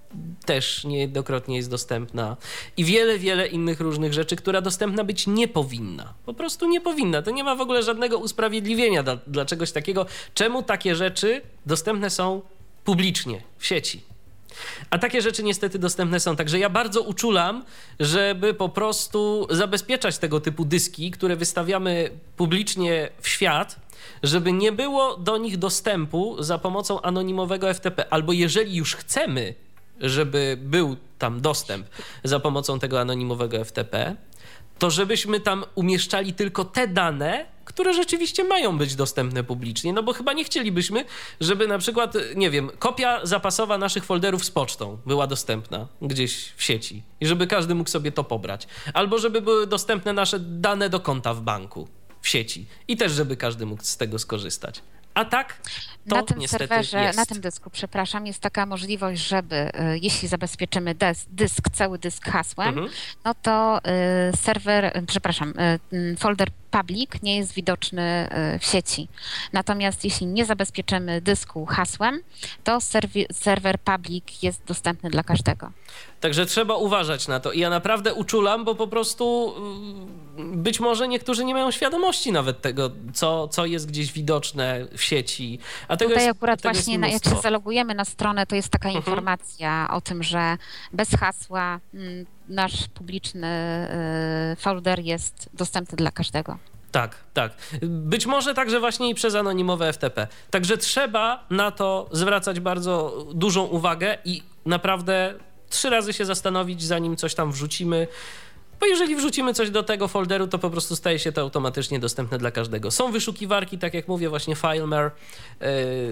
S2: też niejednokrotnie jest dostępna i wiele, wiele innych różnych rzeczy, która dostępna być nie powinna. Po prostu nie powinna. To nie ma w ogóle żadnego usprawiedliwienia dla, dla czegoś takiego, czemu takie rzeczy dostępne są publicznie w sieci. A takie rzeczy niestety dostępne są. Także ja bardzo uczulam, żeby po prostu zabezpieczać tego typu dyski, które wystawiamy publicznie w świat, żeby nie było do nich dostępu za pomocą anonimowego F T P. Albo jeżeli już chcemy, żeby był tam dostęp za pomocą tego anonimowego F T P, to żebyśmy tam umieszczali tylko te dane, które rzeczywiście mają być dostępne publicznie, no bo chyba nie chcielibyśmy, żeby na przykład, nie wiem, kopia zapasowa naszych folderów z pocztą była dostępna gdzieś w sieci i żeby każdy mógł sobie to pobrać. Albo żeby były dostępne nasze dane do konta w banku w sieci i też, żeby każdy mógł z tego skorzystać. A tak, to
S3: na tym
S2: niestety
S3: serwerze,
S2: jest.
S3: na tym dysku, przepraszam, jest taka możliwość, żeby y, jeśli zabezpieczymy dysk, dysk, cały dysk hasłem,
S2: Mhm.
S3: no to y, serwer, y, przepraszam, y, folder public nie jest widoczny y, w sieci. Natomiast jeśli nie zabezpieczymy dysku hasłem, to serwi- serwer public jest dostępny dla każdego.
S2: Także trzeba uważać na to. I ja naprawdę uczulam, bo po prostu mm, być może niektórzy nie mają świadomości nawet tego, co, co jest gdzieś widoczne w sieci. A tego
S3: Tutaj
S2: jest,
S3: akurat
S2: tego
S3: właśnie,
S2: jest
S3: na, jak
S2: mnóstwo.
S3: się zalogujemy na stronę, to jest taka
S2: Mhm.
S3: informacja o tym, że bez hasła mm, nasz publiczny y, folder jest dostępny dla każdego.
S2: Tak, tak. Być może także właśnie i przez anonimowe F T P. Także trzeba na to zwracać bardzo dużą uwagę i naprawdę trzy razy się zastanowić, zanim coś tam wrzucimy. Bo jeżeli wrzucimy coś do tego folderu, to po prostu staje się to automatycznie dostępne dla każdego. Są wyszukiwarki, tak jak mówię, właśnie Filemare, yy,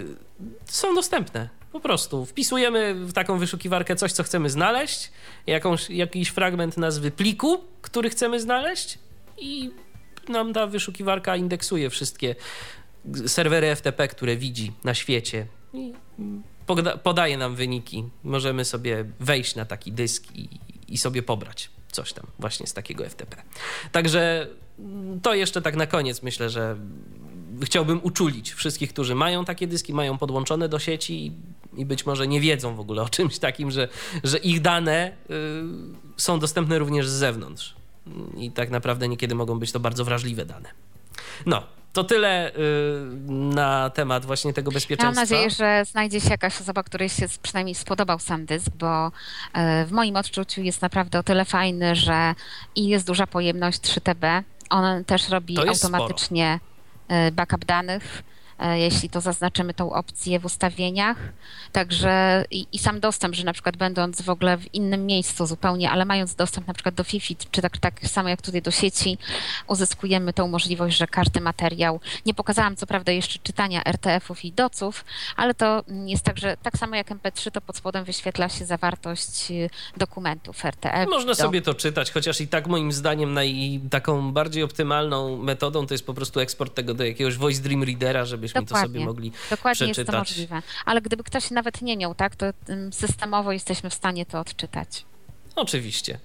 S2: są dostępne. Po prostu wpisujemy w taką wyszukiwarkę coś, co chcemy znaleźć, jakąś, jakiś fragment nazwy pliku, który chcemy znaleźć i nam ta wyszukiwarka indeksuje wszystkie serwery F T P, które widzi na świecie i poda- podaje nam wyniki. Możemy sobie wejść na taki dysk i, i sobie pobrać coś tam właśnie z takiego F T P. Także to jeszcze tak na koniec myślę, że chciałbym uczulić wszystkich, którzy mają takie dyski, mają podłączone do sieci i, i być może nie wiedzą w ogóle o czymś takim, że, że ich dane y, są dostępne również z zewnątrz. I tak naprawdę niekiedy mogą być to bardzo wrażliwe dane. No, to tyle y, na temat właśnie tego bezpieczeństwa.
S3: Mam nadzieję, że znajdzie się jakaś osoba, której się przynajmniej spodobał sam dysk, bo y, w moim odczuciu jest naprawdę o tyle fajny, że i jest duża pojemność trzy T B. On też robi automatycznie sporo. backup danych, jeśli to zaznaczymy tą opcję w ustawieniach. Także i, i sam dostęp, że na przykład będąc w ogóle w innym miejscu zupełnie, ale mając dostęp na przykład do Fi-Fi, czy tak, tak samo jak tutaj do sieci, uzyskujemy tą możliwość, że każdy materiał, nie pokazałam co prawda jeszcze czytania R T F-ów i doców, ale to jest tak, że tak samo jak M P trzy, to pod spodem wyświetla się zawartość dokumentów R T F.
S2: Można
S3: do...
S2: sobie to czytać, chociaż i tak moim zdaniem naj, taką bardziej optymalną metodą to jest po prostu eksport tego do jakiegoś Voice Dream Readera, żebyśmy Dokładnie. to sobie mogli
S3: Dokładnie
S2: przeczytać.
S3: jest to możliwe. Ale gdyby ktoś nawet nie miał, tak, to systemowo jesteśmy w stanie to odczytać.
S2: Oczywiście.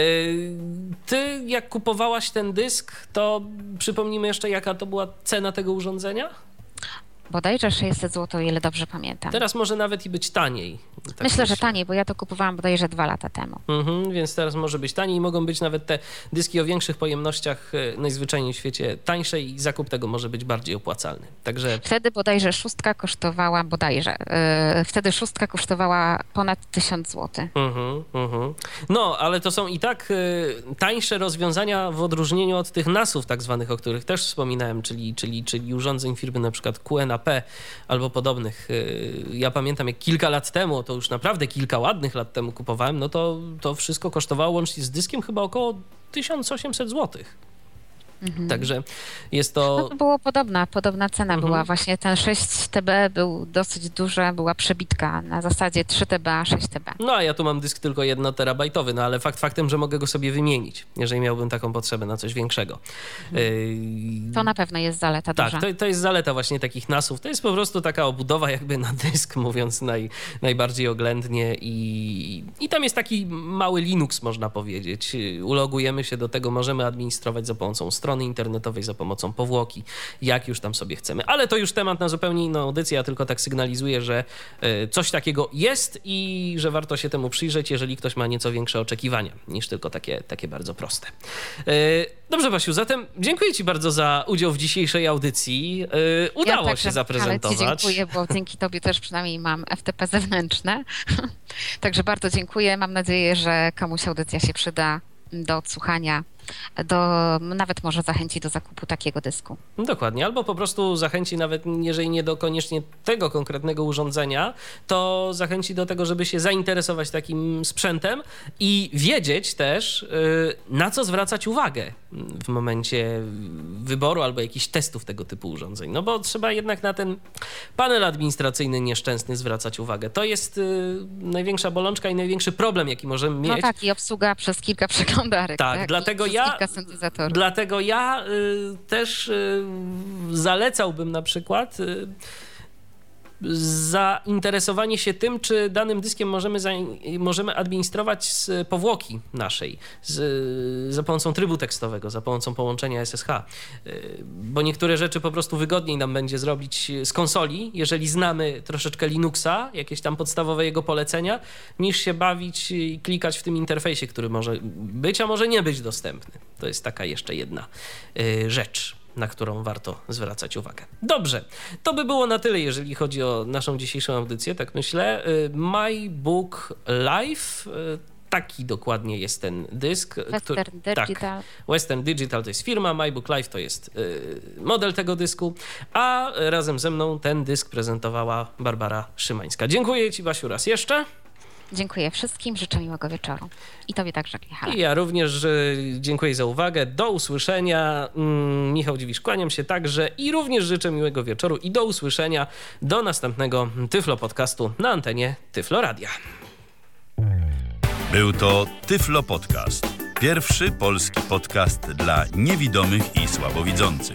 S2: Ty jak kupowałaś ten dysk, to przypomnijmy jeszcze, jaka to była cena tego urządzenia?
S3: Bodajże sześćset złotych, o ile dobrze pamiętam.
S2: Teraz może nawet i być taniej. Tak
S3: myślę,
S2: myślę,
S3: że taniej, bo ja to kupowałam bodajże dwa lata temu.
S2: Mhm, więc teraz może być taniej i mogą być nawet te dyski o większych pojemnościach najzwyczajniej w świecie tańsze i zakup tego może być bardziej opłacalny. Także...
S3: Wtedy bodajże szóstka kosztowała, bodajże, yy, wtedy szóstka kosztowała ponad tysiąc złotych.
S2: Mhm, mhm. No, ale to są i tak y, tańsze rozwiązania w odróżnieniu od tych nasów tak zwanych, o których też wspominałem, czyli, czyli, czyli urządzeń firmy na przykład Q N A P albo podobnych. Ja pamiętam, jak kilka lat temu, to już naprawdę kilka ładnych lat temu kupowałem, no to to wszystko kosztowało łącznie z dyskiem chyba około tysiąc osiemset złotych. Mhm. Także jest to...
S3: No to było podobna, podobna cena mhm. była. Właśnie ten sześć T B był dosyć duża, była przebitka na zasadzie trzy T B, a sześć T B.
S2: No a ja tu mam dysk tylko jednoterabajtowy, no ale fakt faktem, że mogę go sobie wymienić, jeżeli miałbym taką potrzebę na coś większego.
S3: Mhm. To na pewno jest zaleta
S2: tak,
S3: duża.
S2: Tak, to, to jest zaleta właśnie takich nasów. To jest po prostu taka obudowa jakby na dysk, mówiąc naj, najbardziej oględnie i, i tam jest taki mały Linux, można powiedzieć. Ulogujemy się do tego, możemy administrować za pomocą strony internetowej, za pomocą powłoki, jak już tam sobie chcemy. Ale to już temat na zupełnie inną audycję, ja tylko tak sygnalizuję, że coś takiego jest i że warto się temu przyjrzeć, jeżeli ktoś ma nieco większe oczekiwania niż tylko takie, takie bardzo proste. Dobrze, Basiu, zatem dziękuję Ci bardzo za udział w dzisiejszej audycji. Udało
S3: ja
S2: się zaprezentować.
S3: Ale Ci dziękuję, bo dzięki Tobie też przynajmniej mam F T P zewnętrzne. Także bardzo dziękuję. Mam nadzieję, że komuś audycja się przyda do odsłuchania, do, nawet może zachęci do zakupu takiego dysku.
S2: Dokładnie, albo po prostu zachęci nawet, jeżeli nie do koniecznie tego konkretnego urządzenia, to zachęci do tego, żeby się zainteresować takim sprzętem i wiedzieć też, na co zwracać uwagę w momencie wyboru albo jakichś testów tego typu urządzeń. No bo trzeba jednak na ten panel administracyjny nieszczęsny zwracać uwagę. To jest największa bolączka i największy problem, jaki możemy mieć.
S3: No tak, i obsługa przez kilka przeglądarek.
S2: Tak,
S3: tak?
S2: dlatego ja Ja, dlatego ja y, też y, zalecałbym na przykład y, zainteresowanie się tym, czy danym dyskiem możemy, za, możemy administrować z powłoki naszej, z, za pomocą trybu tekstowego, za pomocą połączenia S S H. Bo niektóre rzeczy po prostu wygodniej nam będzie zrobić z konsoli, jeżeli znamy troszeczkę Linuxa, jakieś tam podstawowe jego polecenia, niż się bawić i klikać w tym interfejsie, który może być, a może nie być dostępny. To jest taka jeszcze jedna y, rzecz, na którą warto zwracać uwagę. Dobrze, to by było na tyle, jeżeli chodzi o naszą dzisiejszą audycję, tak myślę. MyBook Live, taki dokładnie jest ten dysk.
S3: Western
S2: który,
S3: Digital.
S2: Tak, Western Digital to jest firma, MyBook Live to jest model tego dysku, a razem ze mną ten dysk prezentowała Barbara Szymańska. Dziękuję Ci, Basiu, raz jeszcze.
S3: Dziękuję wszystkim, życzę miłego wieczoru. I Tobie także, Michale.
S2: I ja również dziękuję za uwagę. Do usłyszenia. Michał Dziwisz, kłaniam się także i również życzę miłego wieczoru i do usłyszenia do następnego Tyflo Podcastu na antenie Tyflo Radia.
S1: Był to Tyflo Podcast. Pierwszy polski podcast dla niewidomych i słabowidzących.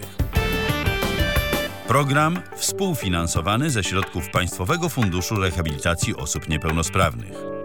S1: Program współfinansowany ze środków Państwowego Funduszu Rehabilitacji Osób Niepełnosprawnych.